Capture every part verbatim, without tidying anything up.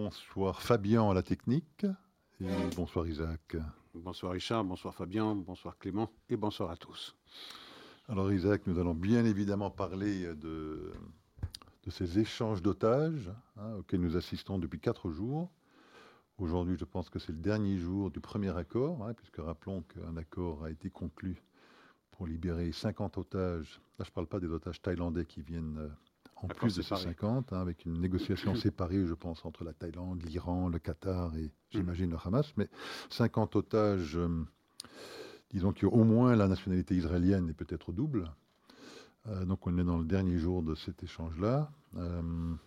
bonsoir Fabien à la technique et bonsoir Isaac. Bonsoir Richard, bonsoir Fabien, bonsoir Clément et bonsoir à tous. Alors Isaac, nous allons bien évidemment parler de, de ces échanges d'otages hein, auxquels nous assistons depuis quatre jours. Aujourd'hui, je pense que c'est le dernier jour du premier accord, hein, puisque rappelons qu'un accord a été conclu pour libérer cinquante otages. Là, je ne parle pas des otages thaïlandais qui viennent euh, en Accord plus de séparé. ces cinquante, hein, avec une négociation séparée, je pense, entre la Thaïlande, l'Iran, le Qatar et, j'imagine, le Hamas. Mais cinquante otages, euh, disons qu'il y a au moins la nationalité israélienne et peut-être double. Euh, donc, on est dans le dernier jour de cet échange-là. Euh,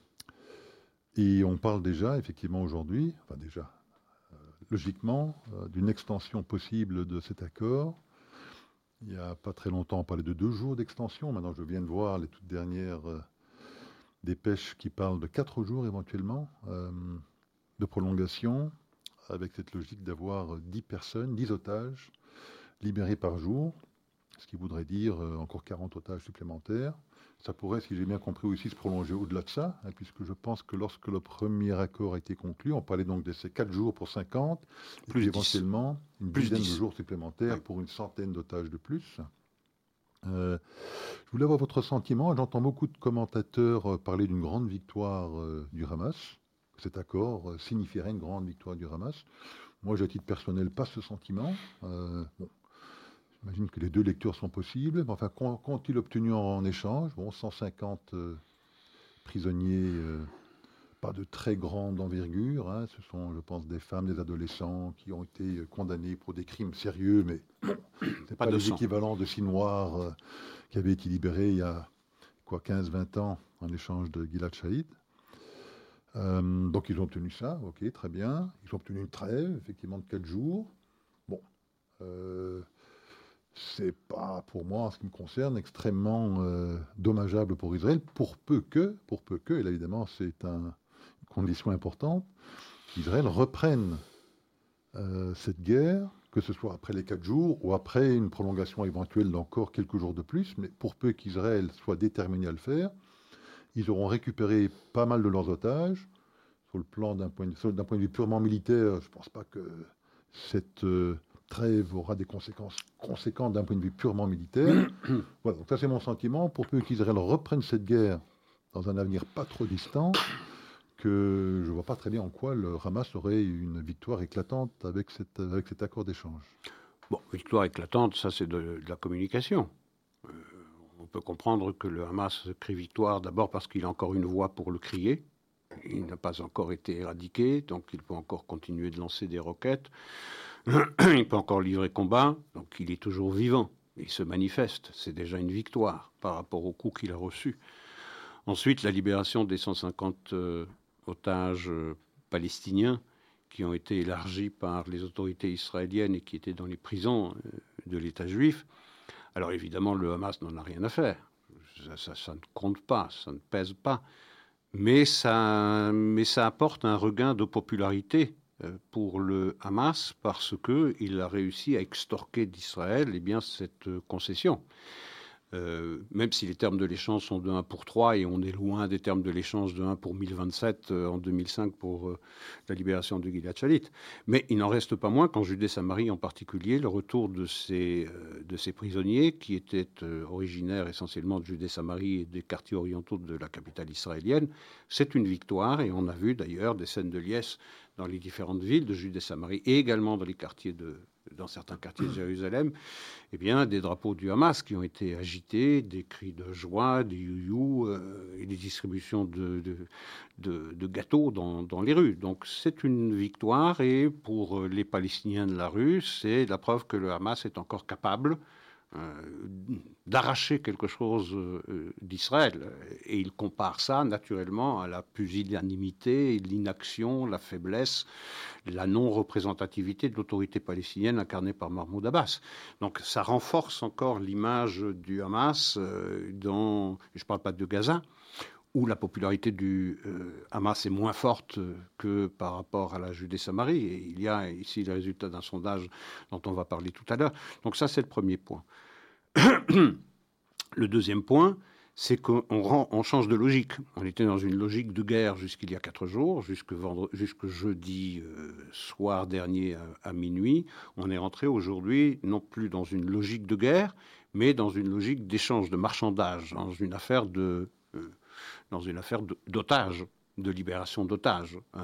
et on parle déjà, effectivement, aujourd'hui, enfin déjà, euh, logiquement, euh, d'une extension possible de cet accord. Il n'y a pas très longtemps, on parlait de deux jours d'extension. Maintenant, je viens de voir les toutes dernières euh, dépêches qui parlent de quatre jours éventuellement euh, de prolongation, avec cette logique d'avoir dix personnes, dix otages libérés par jour, ce qui voudrait dire euh, encore quarante otages supplémentaires. Ça pourrait, si j'ai bien compris aussi, se prolonger au-delà de ça, hein, puisque je pense que lorsque le premier accord a été conclu, on parlait donc de ces quatre jours pour cinquante, et Plus puis dix. éventuellement une Plus dizaine de dix. jours supplémentaires Oui. pour une centaine d'otages de plus. Euh, je voulais avoir votre sentiment. J'entends beaucoup de commentateurs euh, parler d'une grande victoire euh, du Hamas. Cet accord euh, signifierait une grande victoire du Hamas. Moi, j'ai à titre personnel pas ce sentiment. Euh, bon, j'imagine que les deux lectures sont possibles. Mais enfin, qu'ont- qu'ont-ils obtenu en, en échange? Bon, cent cinquante euh, prisonniers, euh, pas de très grande envergure. Hein. Ce sont, je pense, des femmes, des adolescents qui ont été euh, condamnés pour des crimes sérieux, mais c'est Pas pas de les sang. équivalents de six noirs euh, qui avaient été libérés il y a quoi, quinze vingt ans en échange de Gilad Shalit. Euh, donc ils ont obtenu ça, ok, très bien. Ils ont obtenu une trêve, effectivement, de quatre jours. Bon, euh, c'est pas, pour moi, en ce qui me concerne, extrêmement euh, dommageable pour Israël, pour peu que, pour peu que, et là évidemment c'est un, une condition importante, qu'Israël reprenne euh, cette guerre, que ce soit après les quatre jours ou après une prolongation éventuelle d'encore quelques jours de plus, mais pour peu qu'Israël soit déterminé à le faire, ils auront récupéré pas mal de leurs otages. Sur le plan d'un point, de- d'un point de vue purement militaire, je ne pense pas que cette euh, trêve aura des conséquences conséquentes d'un point de vue purement militaire. Voilà, donc ça c'est mon sentiment. Pour peu qu'Israël reprenne cette guerre dans un avenir pas trop distant, que je ne vois pas très bien en quoi le Hamas aurait une victoire éclatante avec, cette, avec cet accord d'échange. Bon, victoire éclatante, ça c'est de, de la communication. Euh, on peut comprendre que le Hamas crie victoire d'abord parce qu'il a encore une voix pour le crier. Il n'a pas encore été éradiqué, donc il peut encore continuer de lancer des roquettes. Il peut encore livrer combat, donc il est toujours vivant. Il se manifeste, c'est déjà une victoire par rapport au coup qu'il a reçu. Ensuite, la libération des cent cinquante euh, otages euh, palestiniens qui ont été élargis par les autorités israéliennes et qui étaient dans les prisons euh, de l'État juif. Alors évidemment, le Hamas n'en a rien à faire. Ça, ça, ça ne compte pas, ça ne pèse pas. Mais ça, mais ça apporte un regain de popularité euh, pour le Hamas parce qu'il a réussi à extorquer d'Israël eh bien, cette euh, concession. Euh, même si les termes de l'échange sont de un pour trois et on est loin des termes de l'échange de un pour mille vingt-sept euh, en deux mille cinq pour euh, la libération de Gilad Shalit. Mais il n'en reste pas moins qu'en Judée-Samarie en particulier, le retour de ces, euh, de ces prisonniers qui étaient euh, originaires essentiellement de Judée-Samarie et des quartiers orientaux de la capitale israélienne, c'est une victoire et on a vu d'ailleurs des scènes de liesse dans les différentes villes de Judée-Samarie et également dans les quartiers de dans certains quartiers de Jérusalem, eh bien, des drapeaux du Hamas qui ont été agités, des cris de joie, des you-you euh, et des distributions de, de, de, de gâteaux dans, dans les rues. Donc c'est une victoire et pour les Palestiniens de la rue, c'est la preuve que le Hamas est encore capable euh, d'arracher quelque chose euh, d'Israël. Et il compare ça naturellement à la pusillanimité, l'inaction, la faiblesse, la non-représentativité de l'autorité palestinienne incarnée par Mahmoud Abbas. Donc ça renforce encore l'image du Hamas euh, dans, je ne parle pas de Gaza, où la popularité du euh, Hamas est moins forte euh, que par rapport à la Judée-Samarie. Et il y a ici les résultats d'un sondage dont on va parler tout à l'heure. Donc ça, c'est le premier point. Le deuxième point, c'est qu'on rend, on change de logique. On était dans une logique de guerre jusqu'il y a quatre jours, jusque, vendre, jusque jeudi euh, soir dernier à, à minuit. On est rentré aujourd'hui non plus dans une logique de guerre, mais dans une logique d'échange, de marchandage, dans une affaire de, euh, dans une affaire de, d'otages, de libération d'otages, euh,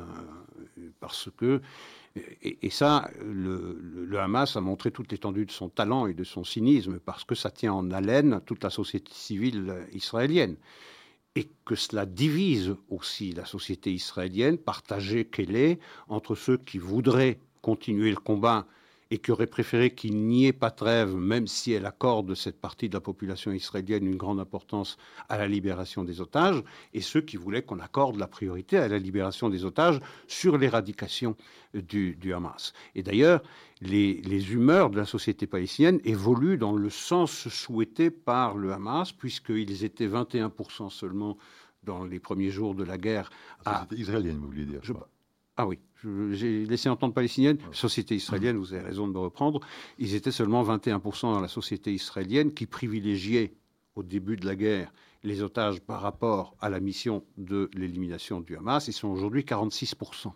parce que Et, et ça, le, le, le Hamas a montré toute l'étendue de son talent et de son cynisme, parce que ça tient en haleine toute la société civile israélienne. Et que cela divise aussi la société israélienne, partagée qu'elle est, entre ceux qui voudraient continuer le combat et qui auraient préféré qu'il n'y ait pas de trêve, même si elle accorde cette partie de la population israélienne une grande importance à la libération des otages, et ceux qui voulaient qu'on accorde la priorité à la libération des otages sur l'éradication du, du Hamas. Et d'ailleurs, les, les humeurs de la société palestinienne évoluent dans le sens souhaité par le Hamas, puisqu'ils étaient vingt et un pour cent seulement dans les premiers jours de la guerre. La société à... israélienne, vous vouliez dire, je crois. Ah oui, je, j'ai laissé entendre palestinienne. Ouais. Société israélienne, vous avez raison de me reprendre. Ils étaient seulement vingt et un pour cent dans la société israélienne qui privilégiait, au début de la guerre, les otages par rapport à la mission de l'élimination du Hamas. Ils sont aujourd'hui quarante-six pour cent.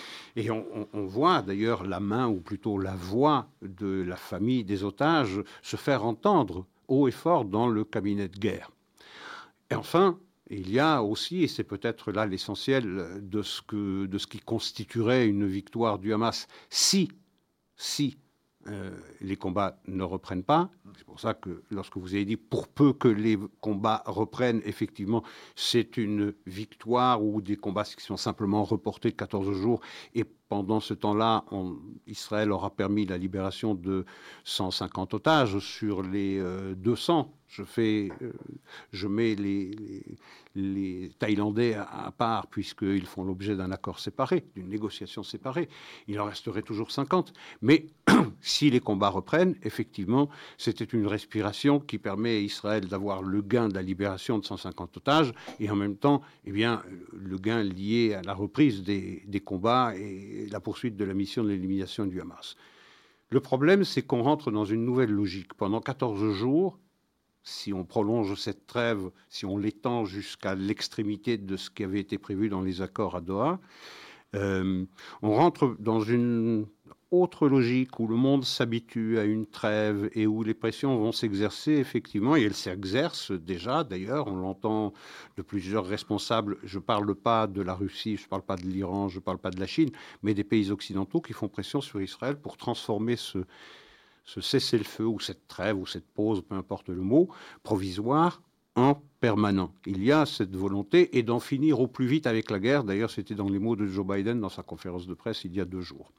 Et on, on, on voit d'ailleurs la main, ou plutôt la voix de la famille des otages se faire entendre haut et fort dans le cabinet de guerre. Et enfin, il y a aussi, et c'est peut-être là l'essentiel de ce, que, de ce qui constituerait une victoire du Hamas, si, si euh, les combats ne reprennent pas. C'est pour ça que lorsque vous avez dit pour peu que les combats reprennent, effectivement, c'est une victoire, ou des combats qui sont simplement reportés de quatorze jours. Et pendant ce temps-là, on, Israël aura permis la libération de cent cinquante otages sur les euh, deux cents. Je, fais, euh, je mets les, les, les Thaïlandais à, à part, puisqu'ils font l'objet d'un accord séparé, d'une négociation séparée. Il en resterait toujours cinquante. Mais si les combats reprennent, effectivement, c'était une respiration qui permet à Israël d'avoir le gain de la libération de cent cinquante otages, et en même temps, eh bien, le gain lié à la reprise des, des combats et la poursuite de la mission de l'élimination du Hamas. Le problème, c'est qu'on rentre dans une nouvelle logique. Pendant quatorze jours, si on prolonge cette trêve, si on l'étend jusqu'à l'extrémité de ce qui avait été prévu dans les accords à Doha, euh, on rentre dans une autre logique où le monde s'habitue à une trêve et où les pressions vont s'exercer effectivement, et elles s'exercent déjà d'ailleurs, on l'entend de plusieurs responsables. Je ne parle pas de la Russie, je ne parle pas de l'Iran, je ne parle pas de la Chine, mais des pays occidentaux qui font pression sur Israël pour transformer ce, ce cessez-le-feu ou cette trêve ou cette pause, peu importe le mot, provisoire, en permanent. Il y a cette volonté et d'en finir au plus vite avec la guerre. D'ailleurs, c'était dans les mots de Joe Biden dans sa conférence de presse il y a deux jours.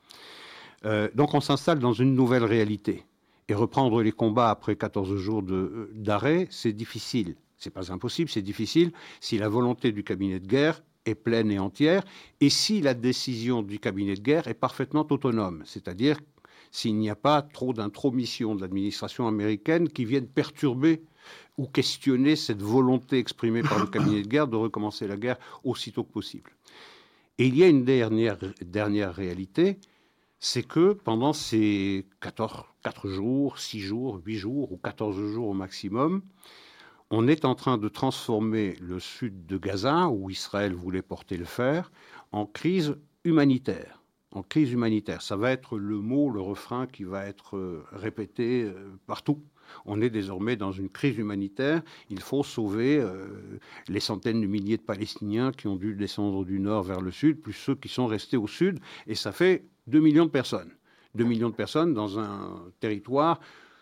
Euh, donc on s'installe dans une nouvelle réalité. Et reprendre les combats après quatorze jours de, d'arrêt, c'est difficile. C'est pas impossible, c'est difficile si la volonté du cabinet de guerre est pleine et entière, et si la décision du cabinet de guerre est parfaitement autonome. C'est-à-dire s'il n'y a pas trop d'intromission de l'administration américaine qui viennent perturber ou questionner cette volonté exprimée par le cabinet de guerre de recommencer la guerre aussitôt que possible. Et il y a une dernière, dernière réalité, c'est que pendant ces quatorze, quatre jours, six jours, huit jours ou quatorze jours au maximum, on est en train de transformer le sud de Gaza, où Israël voulait porter le fer, en crise humanitaire. En crise humanitaire. Ça va être le mot, le refrain qui va être répété partout. On est désormais dans une crise humanitaire. Il faut sauver euh, les centaines de milliers de Palestiniens qui ont dû descendre du nord vers le sud, plus ceux qui sont restés au sud. Et ça fait deux millions de personnes. deux millions de personnes dans un territoire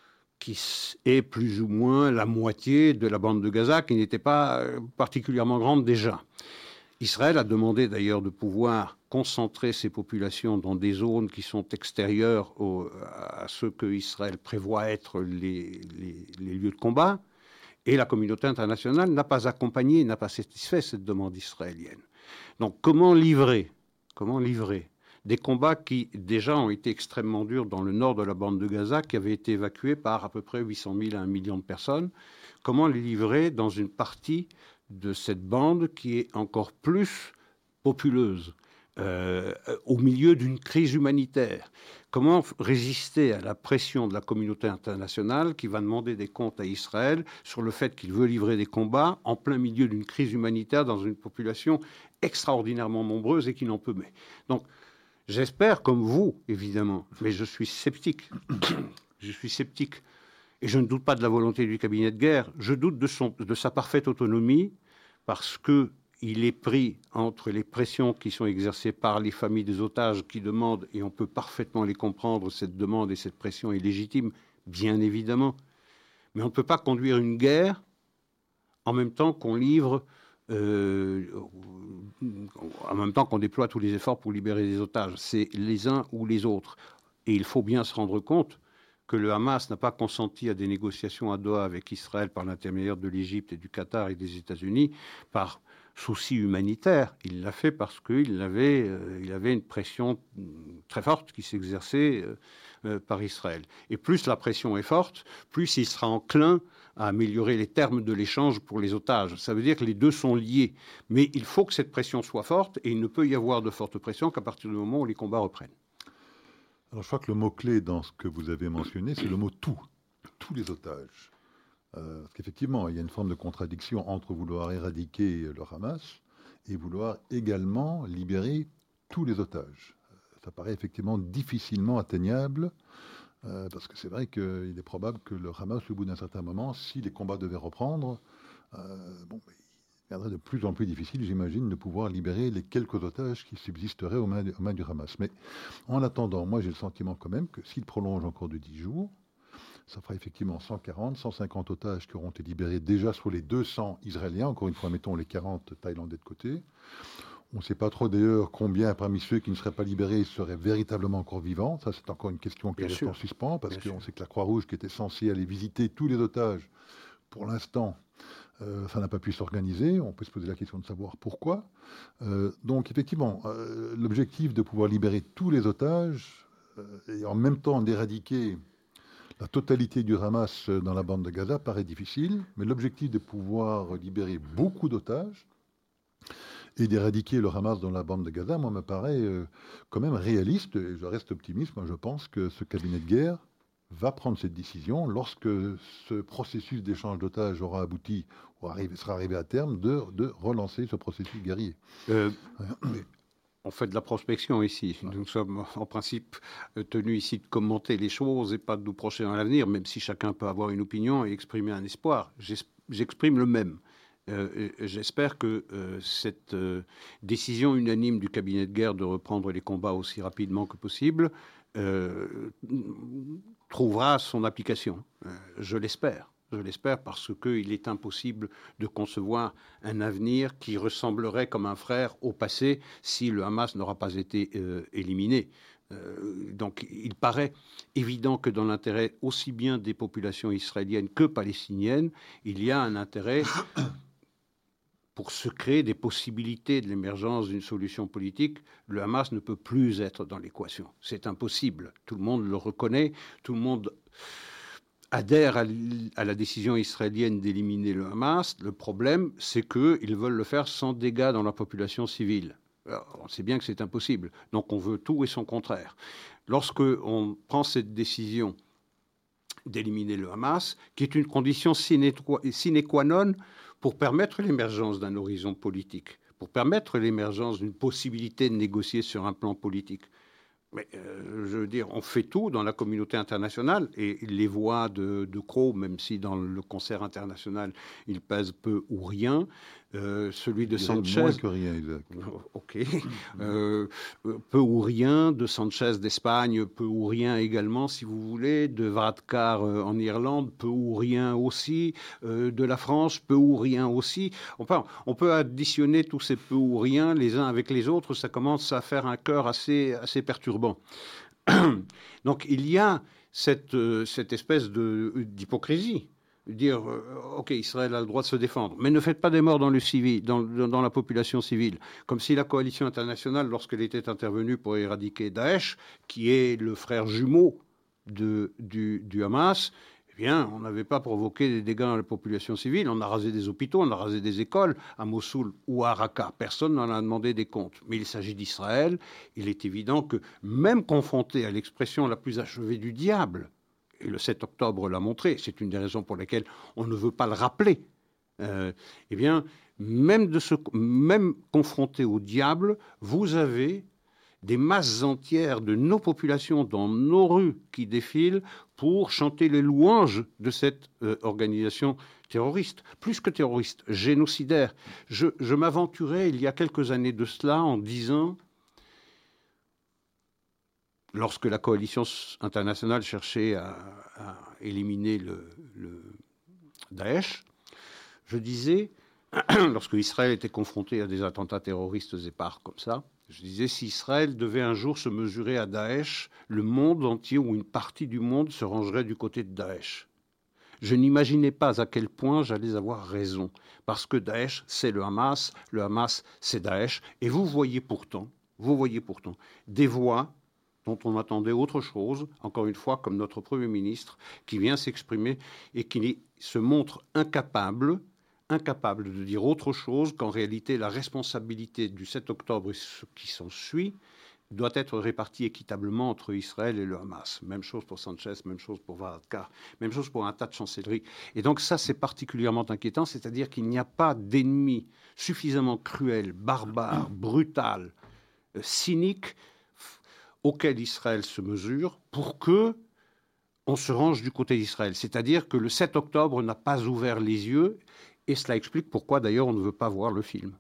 qui est plus ou moins la moitié de la bande de Gaza, qui n'était pas particulièrement grande déjà. Israël a demandé d'ailleurs de pouvoir concentrer ses populations dans des zones qui sont extérieures au, à ceux que Israël prévoit être les, les, les lieux de combat. Et la communauté internationale n'a pas accompagné, n'a pas satisfait cette demande israélienne. Donc comment livrer, comment livrer des combats qui déjà ont été extrêmement durs dans le nord de la bande de Gaza, qui avait été évacuée par à peu près huit cent mille à un million de personnes. Comment les livrer dans une partie de cette bande qui est encore plus populeuse, euh, au milieu d'une crise humanitaire. Comment résister à la pression de la communauté internationale qui va demander des comptes à Israël sur le fait qu'il veut livrer des combats en plein milieu d'une crise humanitaire dans une population extraordinairement nombreuse et qui n'en peut mais. Donc, j'espère, comme vous, évidemment, mais je suis sceptique. Je suis sceptique. Et je ne doute pas de la volonté du cabinet de guerre. Je doute de, son, de sa parfaite autonomie parce que il est pris entre les pressions qui sont exercées par les familles des otages qui demandent, et on peut parfaitement les comprendre, cette demande et cette pression est légitime, bien évidemment. Mais on ne peut pas conduire une guerre en même temps qu'on livre, euh, en même temps qu'on déploie tous les efforts pour libérer les otages. C'est les uns ou les autres. Et il faut bien se rendre compte que le Hamas n'a pas consenti à des négociations à Doha avec Israël par l'intermédiaire de l'Égypte et du Qatar et des États-Unis par souci humanitaire. Il l'a fait parce qu'il avait, euh, il avait une pression très forte qui s'exerçait euh, euh, par Israël. Et plus la pression est forte, plus il sera enclin à améliorer les termes de l'échange pour les otages. Ça veut dire que les deux sont liés. Mais il faut que cette pression soit forte et il ne peut y avoir de forte pression qu'à partir du moment où les combats reprennent. Alors je crois que le mot-clé dans ce que vous avez mentionné, c'est le mot « tout », tous les otages. Euh, parce qu'effectivement, il y a une forme de contradiction entre vouloir éradiquer le Hamas et vouloir également libérer tous les otages. Ça paraît effectivement difficilement atteignable, euh, parce que c'est vrai qu'il est probable que le Hamas, au bout d'un certain moment, si les combats devaient reprendre, euh, bon, il viendrait de plus en plus difficile, j'imagine, de pouvoir libérer les quelques otages qui subsisteraient aux mains, aux mains du Hamas. Mais en attendant, moi j'ai le sentiment quand même que s'il prolonge encore de dix jours, ça fera effectivement cent quarante, cent cinquante otages qui auront été libérés déjà sur les deux cents Israéliens. Encore une fois, mettons les quarante Thaïlandais de côté. On ne sait pas trop d'ailleurs combien parmi ceux qui ne seraient pas libérés seraient véritablement encore vivants. Ça, c'est encore une question qui reste en suspens, parce qu'on sait que la Croix-Rouge, qui était censée aller visiter tous les otages, pour l'instant, euh, ça n'a pas pu s'organiser. On peut se poser la question de savoir pourquoi. Euh, donc, effectivement, euh, l'objectif de pouvoir libérer tous les otages euh, et en même temps d'éradiquer la totalité du Hamas dans la bande de Gaza paraît difficile, mais l'objectif de pouvoir libérer beaucoup d'otages et d'éradiquer le Hamas dans la bande de Gaza, moi, me paraît euh, quand même réaliste, et je reste optimiste. Moi, je pense que ce cabinet de guerre va prendre cette décision lorsque ce processus d'échange d'otages aura abouti, ou arrive, sera arrivé à terme, de, de relancer ce processus guerrier. Euh, on fait de la prospection ici. Nous sommes en principe tenus ici de commenter les choses et pas de nous projeter dans l'avenir, même si chacun peut avoir une opinion et exprimer un espoir. J'exprime le même. Euh, J'espère que euh, cette euh, décision unanime du cabinet de guerre de reprendre les combats aussi rapidement que possible euh, trouvera son application. Euh, je l'espère. Je l'espère parce qu'il est impossible de concevoir un avenir qui ressemblerait comme un frère au passé si le Hamas n'aura pas été euh, éliminé. Euh, donc il paraît évident que dans l'intérêt aussi bien des populations israéliennes que palestiniennes, il y a un intérêt pour se créer des possibilités de l'émergence d'une solution politique. Le Hamas ne peut plus être dans l'équation. C'est impossible. Tout le monde le reconnaît. Tout le monde adhère à, à la décision israélienne d'éliminer le Hamas. Le problème, c'est qu'ils veulent le faire sans dégâts dans la population civile. Alors, on sait bien que c'est impossible. Donc on veut tout et son contraire. Lorsque on prend cette décision d'éliminer le Hamas, qui est une condition sine qua non pour permettre l'émergence d'un horizon politique, pour permettre l'émergence d'une possibilité de négocier sur un plan politique. Mais euh, je veux dire, on fait tout dans la communauté internationale et les voix de, de Krogh, même si dans le concert international, il pèse peu ou rien, euh, celui de Sanchez... Moins que rien, Isaac. Ok. Euh, peu ou rien, de Sanchez d'Espagne, peu ou rien également, si vous voulez, de Varadkar euh, en Irlande, peu ou rien aussi, euh, de la France, peu ou rien aussi. Enfin, on peut additionner tous ces peu ou rien les uns avec les autres, ça commence à faire un cœur assez, assez perturbant. Donc il y a cette, euh, cette espèce de, d'hypocrisie. Dire, euh, OK, Israël a le droit de se défendre, mais ne faites pas des morts dans, le civil, dans, dans la population civile. Comme si la coalition internationale, lorsqu'elle était intervenue pour éradiquer Daesh, qui est le frère jumeau de, du, du Hamas, eh bien, on n'avait pas provoqué des dégâts à la population civile. On a rasé des hôpitaux, on a rasé des écoles à Mossoul ou à Raqqa. Personne n'en a demandé des comptes. Mais il s'agit d'Israël. Il est évident que même confronté à l'expression la plus achevée du diable, et le sept octobre l'a montré, c'est une des raisons pour lesquelles on ne veut pas le rappeler, euh, eh bien, même, de ce, même confronté au diable, vous avez des masses entières de nos populations dans nos rues qui défilent pour chanter les louanges de cette euh, organisation terroriste. Plus que terroriste, génocidaire. Je, je m'aventurais il y a quelques années de cela en disant, lorsque la coalition internationale cherchait à, à éliminer le, le Daesh, je disais, lorsque Israël était confronté à des attentats terroristes épars comme ça, je disais, si Israël devait un jour se mesurer à Daesh, le monde entier ou une partie du monde se rangerait du côté de Daesh. Je n'imaginais pas à quel point j'allais avoir raison, parce que Daesh, c'est le Hamas, le Hamas, c'est Daesh, et vous voyez pourtant, vous voyez pourtant, des voix dont on attendait autre chose, encore une fois, comme notre Premier ministre, qui vient s'exprimer et qui se montre incapable incapable de dire autre chose qu'en réalité la responsabilité du sept octobre et ce qui s'ensuit doit être répartie équitablement entre Israël et le Hamas. Même chose pour Sanchez, même chose pour Varadkar, même chose pour un tas de chancelleries. Et donc ça, c'est particulièrement inquiétant, c'est-à-dire qu'il n'y a pas d'ennemi suffisamment cruel, barbare, brutal, euh, cynique auquel Israël se mesure pour que on se range du côté d'Israël. C'est-à-dire que le sept octobre n'a pas ouvert les yeux. Et cela explique pourquoi, d'ailleurs, on ne veut pas voir le film.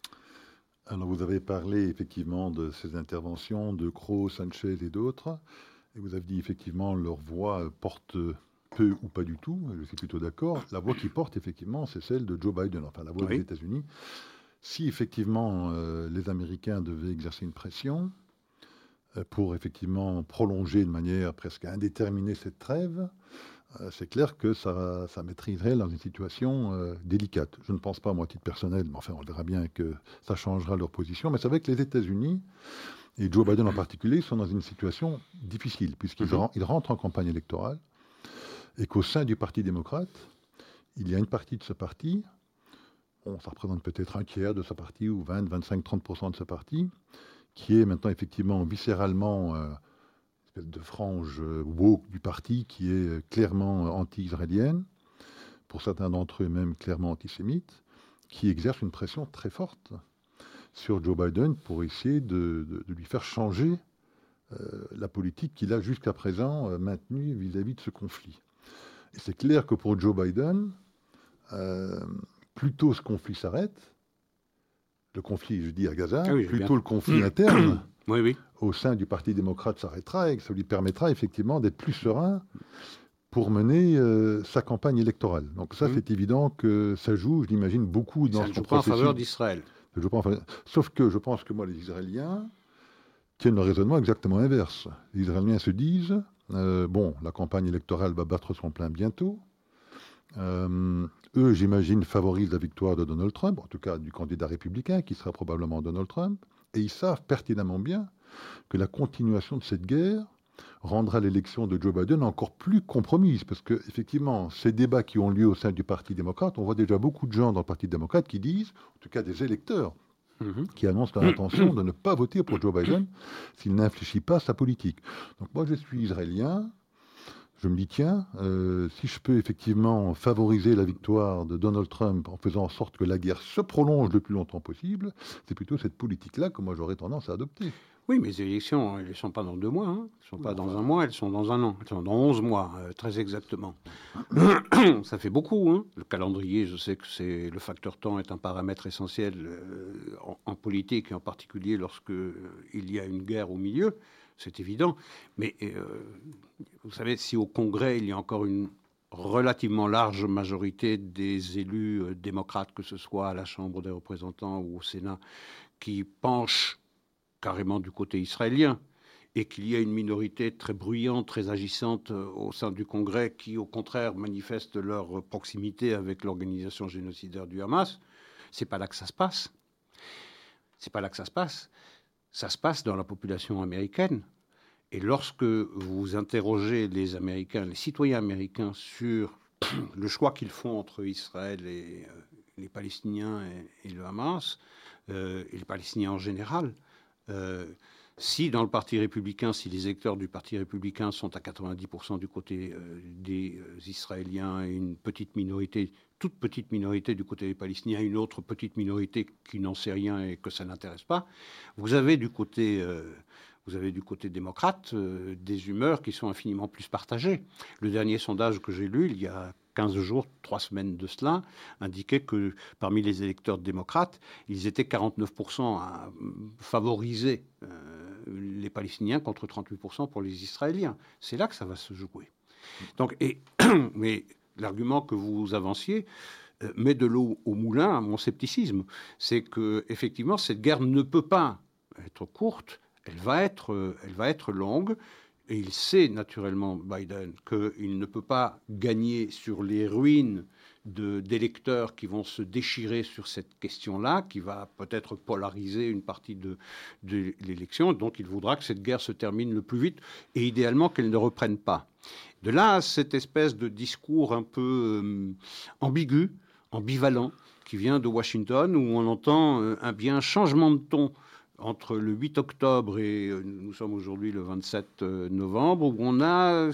Alors, vous avez parlé effectivement de ces interventions de Crowe, Sanchez et d'autres. Et vous avez dit effectivement leur voix porte peu ou pas du tout. Je suis plutôt d'accord. La voix qui porte effectivement, c'est celle de Joe Biden, enfin la voix oui. des États-Unis. Si effectivement euh, les Américains devaient exercer une pression euh, pour effectivement prolonger de manière presque indéterminée cette trêve, c'est clair que ça, ça mettrait Israël dans une situation euh, délicate. Je ne pense pas, moi, à titre personnel, mais enfin, on verra bien que ça changera leur position. Mais c'est vrai que les États-Unis, et Joe Biden en particulier, sont dans une situation difficile, puisqu'ils mm-hmm. ils rentrent en campagne électorale, et qu'au sein du Parti démocrate, il y a une partie de ce parti, bon, ça représente peut-être un tiers de ce parti, ou vingt, vingt-cinq, trente pour cent de ce parti, qui est maintenant effectivement viscéralement... Euh, de frange woke du parti qui est clairement anti-israélienne, pour certains d'entre eux même clairement antisémite, qui exerce une pression très forte sur Joe Biden pour essayer de, de, de lui faire changer euh, la politique qu'il a jusqu'à présent euh, maintenue vis-à-vis de ce conflit. Et c'est clair que pour Joe Biden, euh, plus tôt ce conflit s'arrête, le conflit, je dis à Gaza, ah oui, plus tôt le conflit interne, oui, oui. au sein du Parti démocrate s'arrêtera et que ça lui permettra effectivement d'être plus serein pour mener euh, sa campagne électorale. Donc ça, mmh. c'est évident que ça joue, je l'imagine, beaucoup dans ça ce ne joue pas en faveur d'Israël. Sauf que je pense que moi, les Israéliens tiennent le raisonnement exactement inverse. Les Israéliens se disent, euh, bon, la campagne électorale va battre son plein bientôt. Euh, eux, j'imagine, favorisent la victoire de Donald Trump, en tout cas du candidat républicain, qui sera probablement Donald Trump. Et ils savent pertinemment bien que la continuation de cette guerre rendra l'élection de Joe Biden encore plus compromise. Parce que, effectivement, ces débats qui ont lieu au sein du Parti démocrate, on voit déjà beaucoup de gens dans le Parti démocrate qui disent, en tout cas des électeurs, mmh. qui annoncent leur intention de ne pas voter pour Joe Biden s'il n'infléchit pas sa politique. Donc moi, je suis israélien. Je me dis, tiens, euh, si je peux effectivement favoriser la victoire de Donald Trump en faisant en sorte que la guerre se prolonge le plus longtemps possible, c'est plutôt cette politique-là que moi j'aurais tendance à adopter. Oui, mais les élections, elles ne sont pas dans deux mois, hein. Elles ne sont oui, pas dans enfin... un mois, elles sont dans un an, elles sont dans onze mois, euh, très exactement. Ça fait beaucoup, hein. Le calendrier, je sais que c'est, le facteur temps est un paramètre essentiel euh, en, en politique, et en particulier lorsque euh, il y a une guerre au milieu. C'est évident, mais euh, vous savez, si au Congrès, il y a encore une relativement large majorité des élus euh, démocrates, que ce soit à la Chambre des représentants ou au Sénat, qui penchent carrément du côté israélien, et qu'il y a une minorité très bruyante, très agissante euh, au sein du Congrès, qui, au contraire, manifeste leur proximité avec l'organisation génocidaire du Hamas, c'est pas là que ça se passe. C'est pas là que ça se passe. Ça se passe dans la population américaine. Et lorsque vous interrogez les Américains, les citoyens américains sur le choix qu'ils font entre Israël et euh, les Palestiniens et, et le Hamas, euh, et les Palestiniens en général, euh, si dans le Parti républicain, si les électeurs du Parti républicain sont à quatre-vingt-dix pour cent du côté euh, des euh, Israéliens et une petite minorité, toute petite minorité du côté des Palestiniens, une autre petite minorité qui n'en sait rien et que ça n'intéresse pas, vous avez du côté... Euh, Vous avez du côté démocrate euh, des humeurs qui sont infiniment plus partagées. Le dernier sondage que j'ai lu, il y a quinze jours, trois semaines de cela, indiquait que parmi les électeurs démocrates, ils étaient quarante-neuf pour cent à favoriser euh, les Palestiniens contre trente-huit pour cent pour les Israéliens. C'est là que ça va se jouer. Donc, et, mais l'argument que vous avanciez euh, met de l'eau au moulin à mon scepticisme. C'est que effectivement, cette guerre ne peut pas être courte. Elle va être, elle va être longue, et il sait naturellement, Biden, qu'il ne peut pas gagner sur les ruines de, d'électeurs qui vont se déchirer sur cette question-là, qui va peut-être polariser une partie de, de l'élection. Donc il voudra que cette guerre se termine le plus vite, et idéalement qu'elle ne reprenne pas. De là, cette espèce de discours un peu euh, ambigu, ambivalent, qui vient de Washington, où on entend euh, un bien changement de ton entre le huit octobre et nous sommes aujourd'hui le vingt-sept novembre, où on a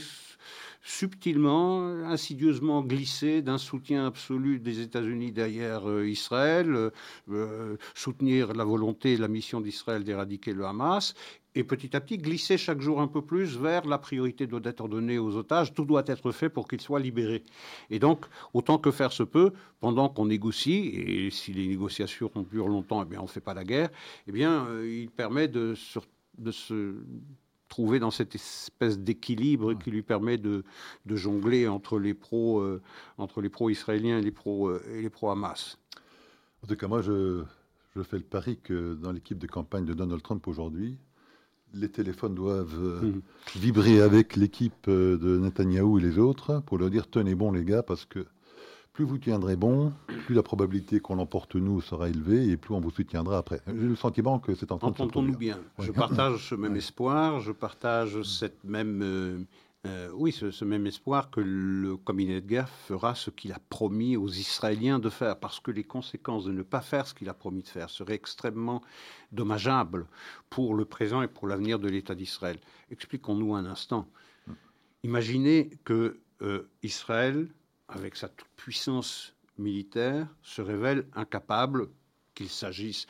subtilement, insidieusement glissé d'un soutien absolu des États-Unis derrière Israël, euh, soutenir la volonté et la mission d'Israël d'éradiquer le Hamas, et petit à petit glisser chaque jour un peu plus vers la priorité doit être donnée aux otages, tout doit être fait pour qu'ils soient libérés. Et donc, autant que faire se peut, pendant qu'on négocie, et si les négociations durent longtemps, eh bien, on ne fait pas la guerre, eh bien, euh, il permet de, sur, de se trouver dans cette espèce d'équilibre qui lui permet de, de jongler entre les pros, euh, entre les pro-israéliens et les pro, euh, et les pro-Hamas. En tout cas, moi, je, je fais le pari que dans l'équipe de campagne de Donald Trump aujourd'hui, les téléphones doivent euh, mmh. vibrer avec l'équipe euh, de Netanyahou et les autres pour leur dire « tenez bon les gars, parce que plus vous tiendrez bon, plus la probabilité qu'on l'emporte nous sera élevée et plus on vous soutiendra après. » J'ai le sentiment que c'est en train de se produire. Entendons-nous bien. Ouais. Je partage ce même ouais. espoir, je partage mmh. cette même... Euh, euh, oui, ce, ce même espoir que le cabinet de guerre fera ce qu'il a promis aux Israéliens de faire, parce que les conséquences de ne pas faire ce qu'il a promis de faire seraient extrêmement dommageables pour le présent et pour l'avenir de l'État d'Israël. Expliquons-nous un instant. Mmh. Imaginez que euh, Israël, avec sa toute-puissance militaire, se révèle incapable, qu'il s'agisse,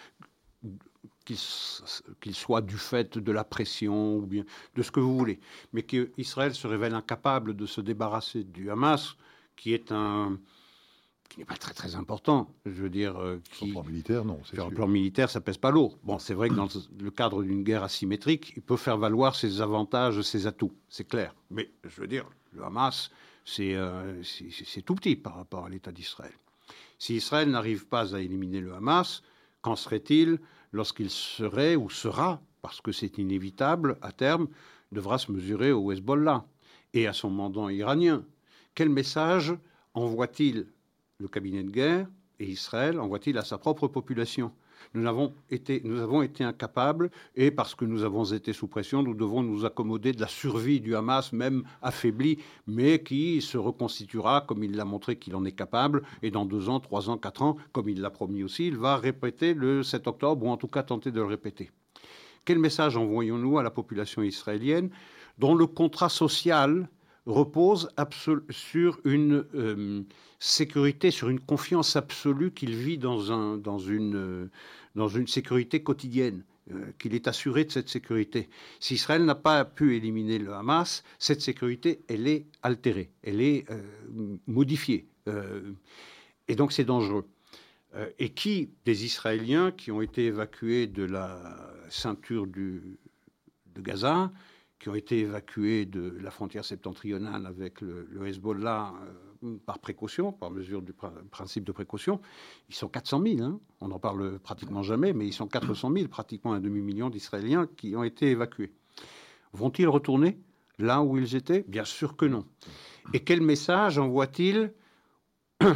qu'il, qu'il soit du fait de la pression ou bien de ce que vous voulez, mais qu'Israël se révèle incapable de se débarrasser du Hamas, qui est un... qui n'est pas très très important, je veux dire... Euh, qui, sur le plan militaire, non, c'est Sur sûr. le plan militaire, ça pèse pas lourd. Bon, c'est vrai que dans le cadre d'une guerre asymétrique, il peut faire valoir ses avantages, ses atouts, c'est clair. Mais, je veux dire, le Hamas... C'est, euh, c'est, c'est tout petit par rapport à l'État d'Israël. Si Israël n'arrive pas à éliminer le Hamas, qu'en serait-il lorsqu'il serait ou sera, parce que c'est inévitable, à terme, devra se mesurer au Hezbollah et à son mandant iranien? Quel message envoie-t-il le cabinet de guerre et Israël envoie-t-il à sa propre population? Nous avons été, nous avons été incapables, et parce que nous avons été sous pression, nous devons nous accommoder de la survie du Hamas, même affaibli, mais qui se reconstituera, comme il l'a montré qu'il en est capable, et dans deux ans, trois ans, quatre ans, comme il l'a promis aussi, il va répéter le sept octobre, ou en tout cas tenter de le répéter. Quel message envoyons-nous à la population israélienne, dont le contrat social repose absolu, sur une euh, sécurité, sur une confiance absolue qu'il vit dans, un, dans, une, euh, dans une sécurité quotidienne, euh, qu'il est assuré de cette sécurité. Si Israël n'a pas pu éliminer le Hamas, cette sécurité, elle est altérée, elle est euh, modifiée. Euh, et donc c'est dangereux. Euh, et qui, des Israéliens qui ont été évacués de la ceinture du, de Gaza, qui ont été évacués de la frontière septentrionale avec le, le Hezbollah euh, par précaution, par mesure du pr- principe de précaution, ils sont quatre cent mille, hein. On n'en parle pratiquement jamais, mais ils sont quatre cent mille, pratiquement un demi-million d'Israéliens qui ont été évacués. Vont-ils retourner là où ils étaient? Bien sûr que non. Et quel message envoie-t-il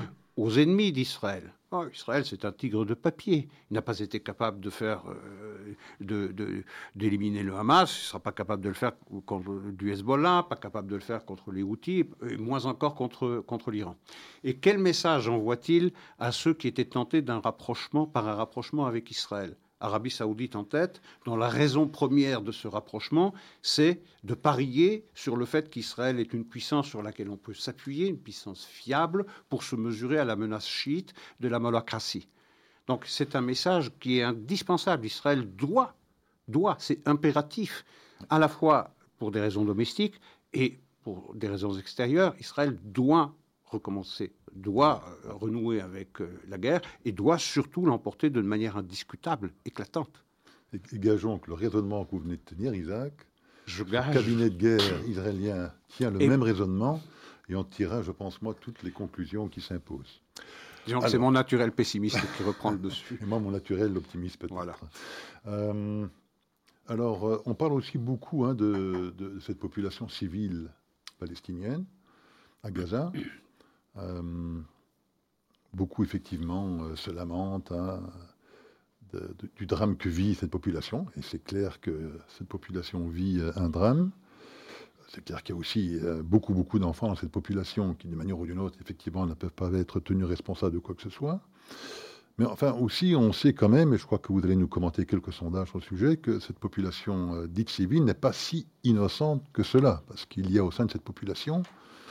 aux ennemis d'Israël? Oh, Israël, c'est un tigre de papier. Il n'a pas été capable de faire euh, de, de, d'éliminer le Hamas, il ne sera pas capable de le faire contre du Hezbollah, pas capable de le faire contre les Houthis, et moins encore contre, contre l'Iran. Et quel message envoie-t-il à ceux qui étaient tentés d'un rapprochement par un rapprochement avec Israël ? Arabie Saoudite en tête, dont la raison première de ce rapprochement, c'est de parier sur le fait qu'Israël est une puissance sur laquelle on peut s'appuyer, une puissance fiable pour se mesurer à la menace chiite de la molacratie. Donc c'est un message qui est indispensable. Israël doit, doit, c'est impératif, à la fois pour des raisons domestiques et pour des raisons extérieures. Israël doit recommencer, doit euh, renouer avec euh, la guerre et doit surtout l'emporter de manière indiscutable, éclatante. Et, et gageons que le raisonnement que vous venez de tenir, Isaac, Je le gage. cabinet de guerre israélien tient le Et- même raisonnement et en tirera, je pense, moi, toutes les conclusions qui s'imposent. Disons que Alors- c'est mon naturel pessimiste qui reprend le dessus. Et moi, mon naturel, l'optimisme peut-être. Voilà. Euh, alors, euh, on parle aussi beaucoup hein, de, de cette population civile palestinienne à Gaza. Euh, beaucoup, effectivement, euh, se lamentent hein, de- de- du drame que vit cette population. Et c'est clair que cette population vit euh, un drame. C'est clair qu'il y a aussi euh, beaucoup, beaucoup d'enfants dans cette population qui, d'une manière ou d'une autre, effectivement, ne peuvent pas être tenus responsables de quoi que ce soit. Mais enfin, aussi, on sait quand même, et je crois que vous allez nous commenter quelques sondages sur le sujet, que cette population euh, dite civile n'est pas si innocente que cela. Parce qu'il y a au sein de cette population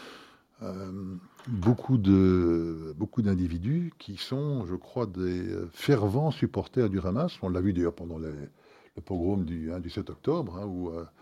euh, beaucoup, de, beaucoup d'individus qui sont, je crois, des fervents supporters du Hamas. On l'a vu d'ailleurs pendant les, le pogrom du, hein, du sept octobre, hein, où euh,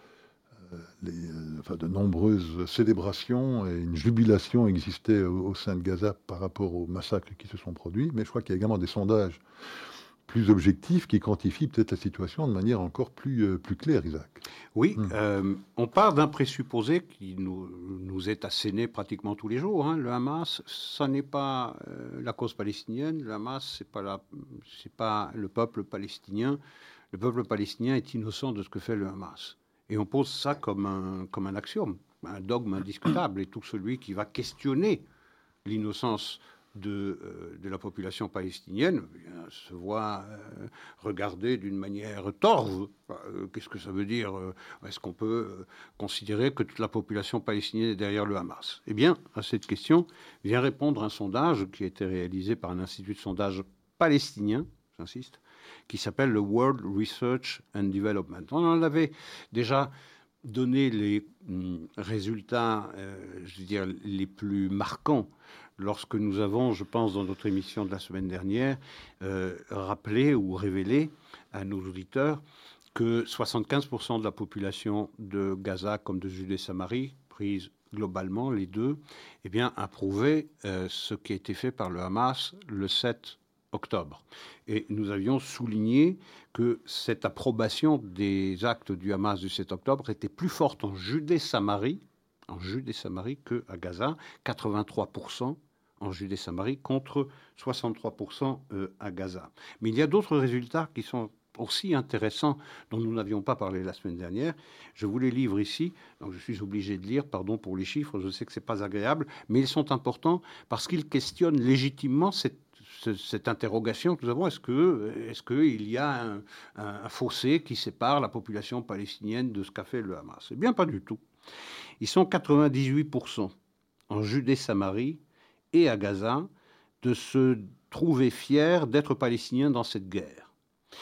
les, euh, enfin, de nombreuses célébrations et une jubilation existaient au, au sein de Gaza par rapport aux massacres qui se sont produits. Mais je crois qu'il y a également des sondages plus objectifs qui quantifient peut-être la situation de manière encore plus, euh, plus claire, Isaac. Oui, Hmm. euh, on part d'un présupposé qui nous, nous est asséné pratiquement tous les jours. Hein. Le Hamas, ça n'est pas euh, la cause palestinienne. Le Hamas, c'est pas la, c'est pas le peuple palestinien. Le peuple palestinien est innocent de ce que fait le Hamas. Et on pose ça comme un, comme un axiome, un dogme indiscutable. Et tout celui qui va questionner l'innocence de, euh, de la population palestinienne eh bien, se voit euh, regarder d'une manière torve. Euh, qu'est-ce que ça veut dire euh, Est-ce qu'on peut euh, considérer que toute la population palestinienne est derrière le Hamas? Eh bien, à cette question vient répondre un sondage qui a été réalisé par un institut de sondage palestinien, j'insiste, qui s'appelle le World Research and Development. On en avait déjà donné les hum, résultats, euh, je veux dire, les plus marquants lorsque nous avons, je pense, dans notre émission de la semaine dernière, euh, rappelé ou révélé à nos auditeurs que soixante-quinze pour cent de la population de Gaza comme de Judée-Samarie, prise globalement les deux, eh bien, approuvait euh, ce qui a été fait par le Hamas le sept octobre. Et nous avions souligné que cette approbation des actes du Hamas du sept octobre était plus forte en Judée-Samarie, en Judée-Samarie qu'à Gaza, quatre-vingt-trois pour cent en Judée-Samarie contre soixante-trois pour cent à Gaza. Mais il y a d'autres résultats qui sont aussi intéressants dont nous n'avions pas parlé la semaine dernière. Je vous les livre ici, donc je suis obligé de lire, pardon pour les chiffres, je sais que ce n'est pas agréable, mais ils sont importants parce qu'ils questionnent légitimement cette cette interrogation que nous avons, est-ce que, est-ce qu'il y a un, un, un fossé qui sépare la population palestinienne de ce qu'a fait le Hamas? Eh bien, pas du tout. Ils sont quatre-vingt-dix-huit pour cent en Judée-Samarie et à Gaza de se trouver fiers d'être palestiniens dans cette guerre.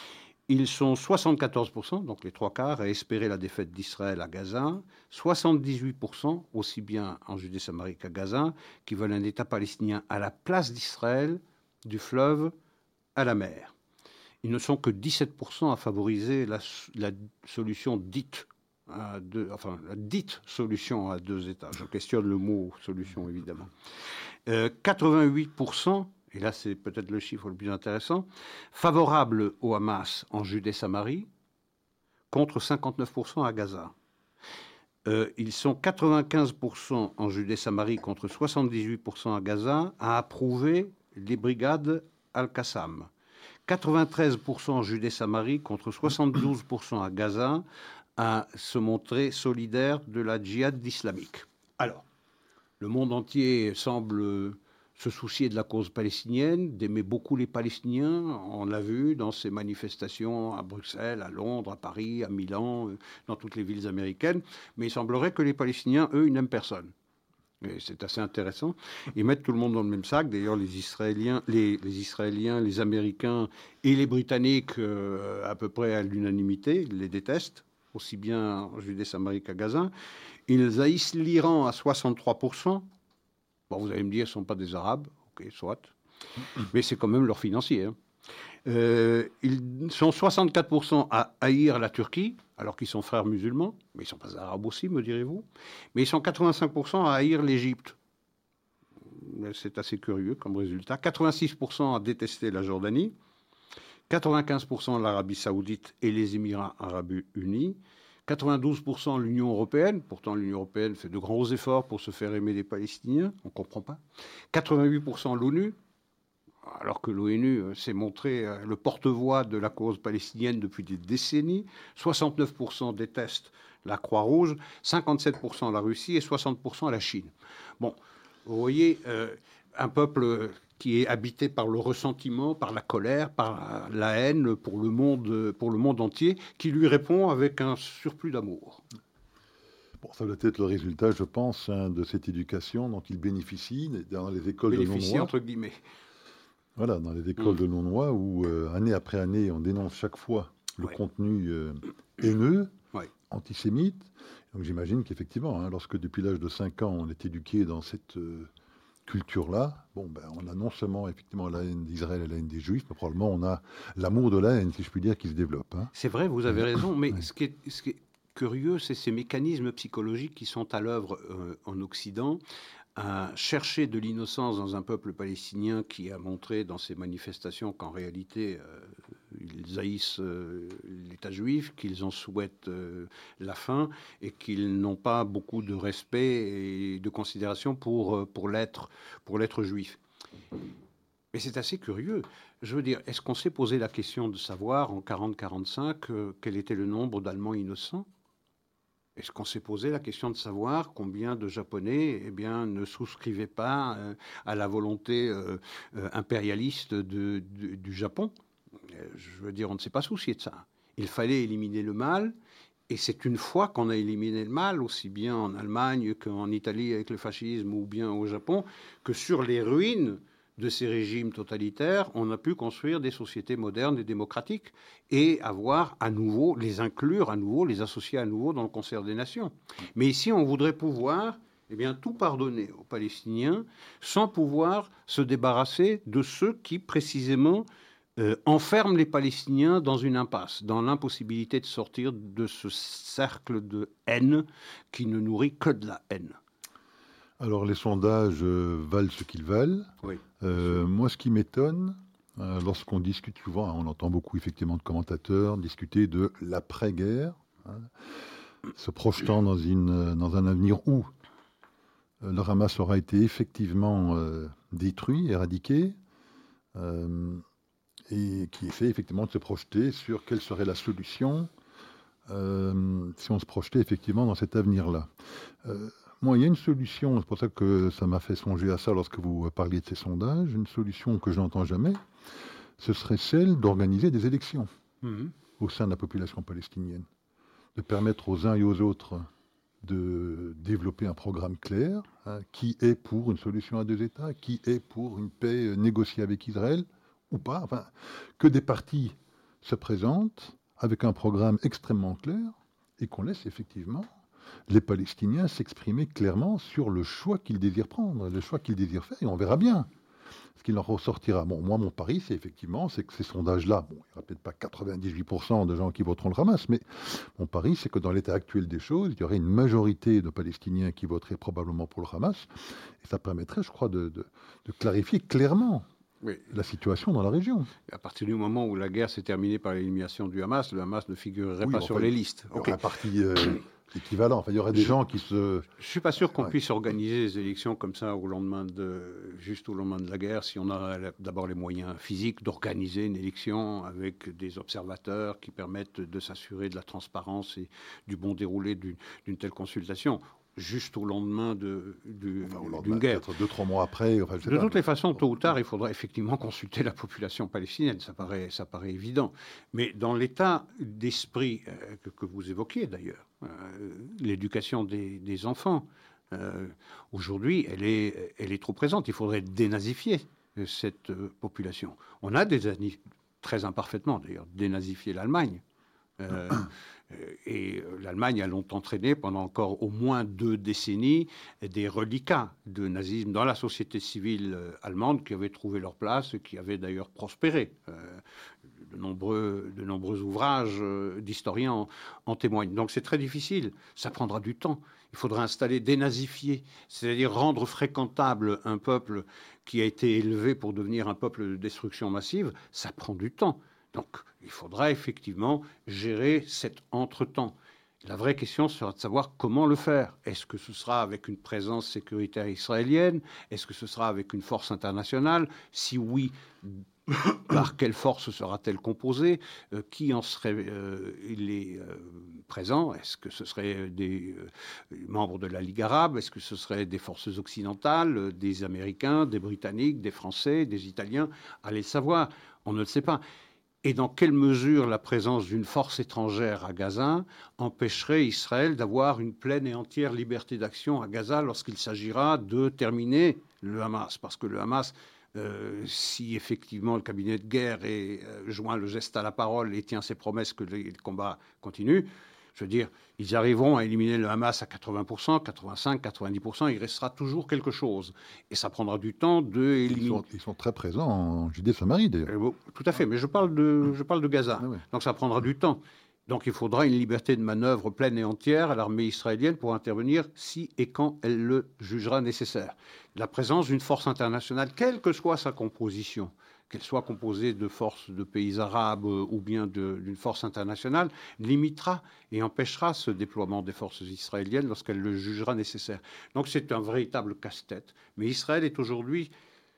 Ils sont soixante-quatorze pour cent, donc les trois quarts, à espérer la défaite d'Israël à Gaza, soixante-dix-huit pour cent, aussi bien en Judée-Samarie qu'à Gaza, qui veulent un État palestinien à la place d'Israël, du fleuve à la mer. Ils ne sont que dix-sept pour cent à favoriser la, la solution dite, à deux, enfin la dite solution à deux États. Je questionne le mot solution évidemment. Euh, quatre-vingt-huit pour cent, et là c'est peut-être le chiffre le plus intéressant, favorables au Hamas en Judée-Samarie contre cinquante-neuf pour cent à Gaza. Euh, ils sont quatre-vingt-quinze pour cent en Judée-Samarie contre soixante-dix-huit pour cent à Gaza à approuver les brigades Al-Qassam. quatre-vingt-treize pour cent en Judée-Samarie contre soixante-douze pour cent à Gaza à se montrer solidaire de la djihad islamique. Alors, le monde entier semble se souciait de la cause palestinienne, d'aimer beaucoup les Palestiniens. On l'a vu dans ses manifestations à Bruxelles, à Londres, à Paris, à Milan, dans toutes les villes américaines. Mais il semblerait que les Palestiniens, eux, ils n'aiment personne. Et c'est assez intéressant. Ils mettent tout le monde dans le même sac. D'ailleurs, les Israéliens, les, les Israéliens, les Américains et les Britanniques, euh, à peu près à l'unanimité, ils les détestent, aussi bien en Judée-Samarie qu'à Gaza. Ils haïssent l'Iran à soixante-trois pour cent. Bon, vous allez me dire, ce ne sont pas des Arabes. Ok, soit. Mais c'est quand même leur financier. Hein. Euh, ils sont soixante-quatre pour cent à haïr la Turquie, alors qu'ils sont frères musulmans, mais ils ne sont pas arabes aussi, me direz-vous. Mais ils sont quatre-vingt-cinq pour cent à haïr l'Égypte. C'est assez curieux comme résultat. quatre-vingt-six pour cent à détester la Jordanie, quatre-vingt-quinze pour cent l'Arabie saoudite et les Émirats arabes unis, quatre-vingt-douze pour cent l'Union européenne. Pourtant, l'Union européenne fait de grands efforts pour se faire aimer des Palestiniens. On ne comprend pas. quatre-vingt-huit pour cent l'ONU. Alors que l'ONU s'est montré le porte-voix de la cause palestinienne depuis des décennies. soixante-neuf pour cent détestent la Croix-Rouge, cinquante-sept pour cent la Russie et soixante pour cent la Chine. Bon, vous voyez, euh, un peuple qui est habité par le ressentiment, par la colère, par la haine pour le monde, pour le monde entier, qui lui répond avec un surplus d'amour. Bon, ça doit être le résultat, je pense, hein, de cette éducation dont il bénéficie dans les écoles de non-noirs. Entre guillemets. Voilà, dans les écoles mmh. de non-noirs où, euh, année après année, on dénonce chaque fois le ouais. contenu euh, haineux, ouais. antisémite. Donc j'imagine qu'effectivement, hein, lorsque depuis l'âge de cinq ans, on est éduqué dans cette euh, culture-là, bon, ben, on a non seulement effectivement la haine d'Israël et la haine des Juifs, mais probablement on a l'amour de la haine, si je puis dire, qui se développe. Hein. C'est vrai, vous avez raison, mais ouais. ce, qui est, ce qui est curieux, c'est ces mécanismes psychologiques qui sont à l'œuvre euh, en Occident, à chercher de l'innocence dans un peuple palestinien qui a montré dans ses manifestations qu'en réalité, euh, ils haïssent euh, l'État juif, qu'ils en souhaitent euh, la fin et qu'ils n'ont pas beaucoup de respect et de considération pour, pour, l'être, pour l'être juif. Mais c'est assez curieux. Je veux dire, est-ce qu'on s'est posé la question de savoir en quarante quarante-cinq euh, quel était le nombre d'Allemands innocents ? Est-ce qu'on s'est posé la question de savoir combien de Japonais eh bien, ne souscrivaient pas euh, à la volonté euh, euh, impérialiste de, de, du Japon ? Je veux dire, on ne s'est pas soucié de ça. Il fallait éliminer le mal, et c'est une fois qu'on a éliminé le mal, aussi bien en Allemagne qu'en Italie avec le fascisme ou bien au Japon, que sur les ruines de ces régimes totalitaires, on a pu construire des sociétés modernes et démocratiques et avoir à nouveau, les inclure à nouveau, les associer à nouveau dans le concert des nations. Mais ici, on voudrait pouvoir eh bien, tout pardonner aux Palestiniens sans pouvoir se débarrasser de ceux qui, précisément, euh, enferment les Palestiniens dans une impasse, dans l'impossibilité de sortir de ce cercle de haine qui ne nourrit que de la haine. Alors, les sondages euh, valent ce qu'ils valent. Oui. Euh, moi, ce qui m'étonne, euh, lorsqu'on discute souvent, hein, on entend beaucoup effectivement de commentateurs discuter de l'après-guerre, hein, se projetant dans, une, dans un avenir où euh, le Hamas aura été effectivement euh, détruit, éradiqué, euh, et qui essaie effectivement de se projeter sur quelle serait la solution euh, si on se projetait effectivement dans cet avenir-là. Euh, Moi, il y a une solution, c'est pour ça que ça m'a fait songer à ça lorsque vous parliez de ces sondages, une solution que je n'entends jamais, ce serait celle d'organiser des élections mmh. au sein de la population palestinienne, de permettre aux uns et aux autres de développer un programme clair, hein, qui est pour une solution à deux États, qui est pour une paix négociée avec Israël, ou pas, enfin, que des partis se présentent avec un programme extrêmement clair et qu'on laisse effectivement les Palestiniens s'exprimer clairement sur le choix qu'ils désirent prendre, le choix qu'ils désirent faire, et on verra bien ce qu'il en ressortira. Bon, moi, mon pari, c'est effectivement, c'est que ces sondages-là, bon, il n'y aura peut-être pas quatre-vingt-dix-huit pour cent de gens qui voteront le Hamas, mais mon pari, c'est que dans l'état actuel des choses, il y aurait une majorité de Palestiniens qui voteraient probablement pour le Hamas, et ça permettrait, je crois, de, de, de clarifier clairement oui. la situation dans la région. Et à partir du moment où la guerre s'est terminée par l'élimination du Hamas, le Hamas ne figurerait oui, pas sur fait, les listes. Il y okay. un parti euh, équivalent. Enfin, il y aurait des je, gens qui se... Je ne suis pas sûr qu'on ouais. puisse organiser des élections comme ça au lendemain de, juste au lendemain de la guerre, si on a d'abord les moyens physiques d'organiser une élection avec des observateurs qui permettent de s'assurer de la transparence et du bon déroulé d'une, d'une telle consultation. juste au lendemain de, de, enfin, au lendemain, d'une guerre. Peut-être deux, trois mois après. Enfin, de pas. toutes les façons, tôt ou tard, il faudra effectivement consulter la population palestinienne. Ça paraît, ça paraît évident. Mais dans l'état d'esprit euh, que, que vous évoquiez d'ailleurs, euh, l'éducation des, des enfants, euh, aujourd'hui, elle est, elle est trop présente. Il faudrait dénazifier cette euh, population. On a des années, très imparfaitement d'ailleurs, dénazifié l'Allemagne. Euh, et l'Allemagne a longtemps traîné, pendant encore au moins deux décennies, des reliquats de nazisme dans la société civile allemande qui avaient trouvé leur place et qui avaient d'ailleurs prospéré. Euh, de, nombreux, de nombreux ouvrages d'historiens en, en témoignent. Donc c'est très difficile, ça prendra du temps. Il faudra installer, dénazifier, c'est-à-dire rendre fréquentable un peuple qui a été élevé pour devenir un peuple de destruction massive, ça prend du temps. Donc, il faudra effectivement gérer cet entre-temps. La vraie question sera de savoir comment le faire. Est-ce que ce sera avec une présence sécuritaire israélienne? Est-ce que ce sera avec une force internationale? Si oui, par quelle force sera-t-elle composée? euh, Qui en serait euh, les euh, présents? Est-ce que ce seraient des euh, membres de la Ligue arabe? Est-ce que ce seraient des forces occidentales, des Américains, des Britanniques, des Français, des Italiens? Allez le savoir, on ne le sait pas. Et dans quelle mesure la présence d'une force étrangère à Gaza empêcherait Israël d'avoir une pleine et entière liberté d'action à Gaza lorsqu'il s'agira de terminer le Hamas? Parce que le Hamas, euh, si effectivement le cabinet de guerre est, euh, joint le geste à la parole et tient ses promesses que les combats continuent, je veux dire, ils arriveront à éliminer le Hamas à quatre-vingts pour cent, quatre-vingt-cinq, quatre-vingt-dix pour cent, il restera toujours quelque chose. Et ça prendra du temps de éliminer. Ils sont, ils sont très présents en Judée-Samarie, d'ailleurs. Tout à fait, mais je parle de, je parle de Gaza. Ah oui. Donc ça prendra du temps. Donc il faudra une liberté de manœuvre pleine et entière à l'armée israélienne pour intervenir si et quand elle le jugera nécessaire. La présence d'une force internationale, quelle que soit sa composition, qu'elle soit composée de forces de pays arabes ou bien d'une force internationale, limitera et empêchera ce déploiement des forces israéliennes lorsqu'elle le jugera nécessaire. Donc c'est un véritable casse-tête. Mais Israël est aujourd'hui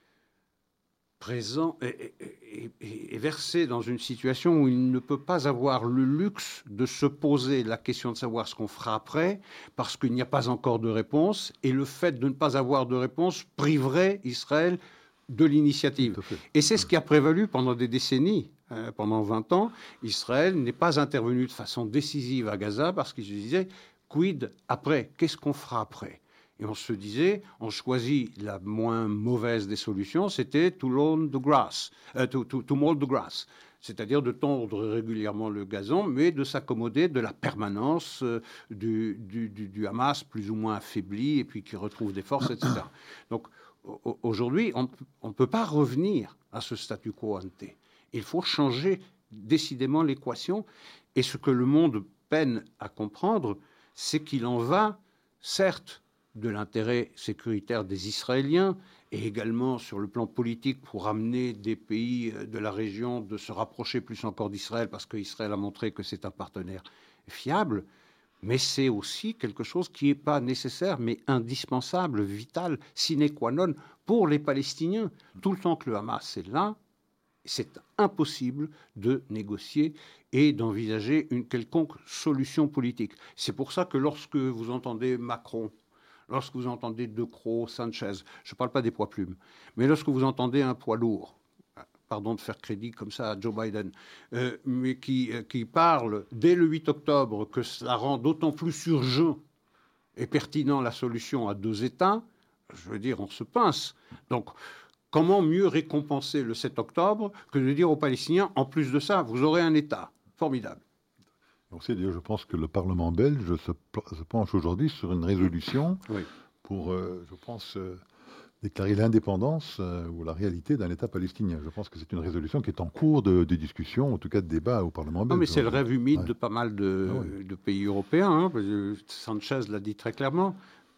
présent et, et, et, et versé dans une situation où il ne peut pas avoir le luxe de se poser la question de savoir ce qu'on fera après, parce qu'il n'y a pas encore de réponse, et le fait de ne pas avoir de réponse priverait Israël de l'initiative. Et c'est ce qui a prévalu pendant des décennies. Euh, pendant vingt ans, Israël n'est pas intervenu de façon décisive à Gaza parce qu'il se disait « quid après ? Qu'est-ce qu'on fera après ?» Et on se disait, on choisit la moins mauvaise des solutions, c'était to lawn the grass, euh, to, to, to mold the grass, c'est-à-dire de tondre régulièrement le gazon, mais de s'accommoder de la permanence euh, du, du, du, du Hamas plus ou moins affaibli et puis qui retrouve des forces, et cetera. Donc aujourd'hui, on ne peut pas revenir à ce statu quo ante. Il faut changer décidément l'équation. Et ce que le monde peine à comprendre, c'est qu'il en va, certes, de l'intérêt sécuritaire des Israéliens et également sur le plan politique pour amener des pays de la région de se rapprocher plus encore d'Israël parce qu'Israël a montré que c'est un partenaire fiable. Mais c'est aussi quelque chose qui n'est pas nécessaire, mais indispensable, vital, sine qua non pour les Palestiniens. Tout le temps que le Hamas est là, c'est impossible de négocier et d'envisager une quelconque solution politique. C'est pour ça que lorsque vous entendez Macron, lorsque vous entendez De Croo, Sanchez, je ne parle pas des poids plumes, mais lorsque vous entendez un poids lourd, pardon de faire crédit comme ça à Joe Biden, euh, mais qui, euh, qui parle dès le huit octobre que cela rend d'autant plus urgent et pertinent la solution à deux États, je veux dire, on se pince. Donc, comment mieux récompenser le sept octobre que de dire aux Palestiniens, en plus de ça, vous aurez un État formidable. Aussi, d'ailleurs, je pense que le Parlement belge se, se penche aujourd'hui sur une résolution oui. pour, euh, je pense, euh, déclarer l'indépendance euh, ou la réalité d'un État palestinien. Je pense que c'est une résolution qui est en cours de, de discussion, en tout cas de débat au Parlement belge. Non, mais c'est le rêve humide ouais. de pas mal de, ah, oui. de pays européens. Hein, parce que Sanchez l'a dit très clairement.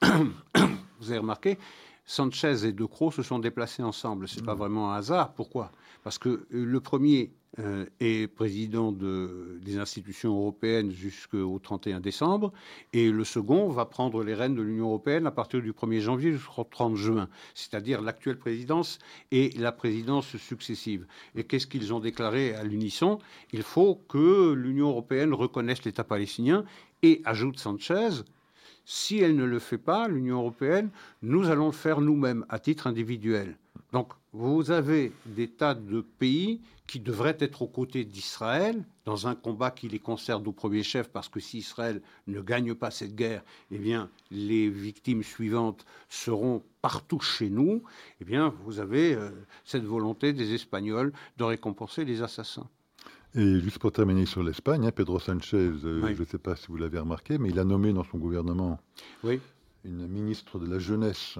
Vous avez remarqué, Sanchez et De Croo se sont déplacés ensemble. Ce n'est mmh. pas vraiment un hasard. Pourquoi ? Parce que le premier euh, est président de, des institutions européennes jusqu'au trente et un décembre, et le second va prendre les rênes de l'Union européenne à partir du premier janvier jusqu'au trente juin, c'est-à-dire l'actuelle présidence et la présidence successive. Et qu'est-ce qu'ils ont déclaré à l'unisson ? Il faut que l'Union européenne reconnaisse l'État palestinien, et, ajoute Sanchez, si elle ne le fait pas, l'Union européenne, nous allons le faire nous-mêmes, à titre individuel. Donc, vous avez des tas de pays qui devraient être aux côtés d'Israël dans un combat qui les concerne au premier chef, parce que si Israël ne gagne pas cette guerre, eh bien, les victimes suivantes seront partout chez nous. Eh bien, vous avez euh, cette volonté des Espagnols de récompenser les assassins. Et juste pour terminer sur l'Espagne, hein, Pedro Sanchez, euh, Oui. je ne sais pas si vous l'avez remarqué, mais il a nommé dans son gouvernement Oui. une ministre de la Jeunesse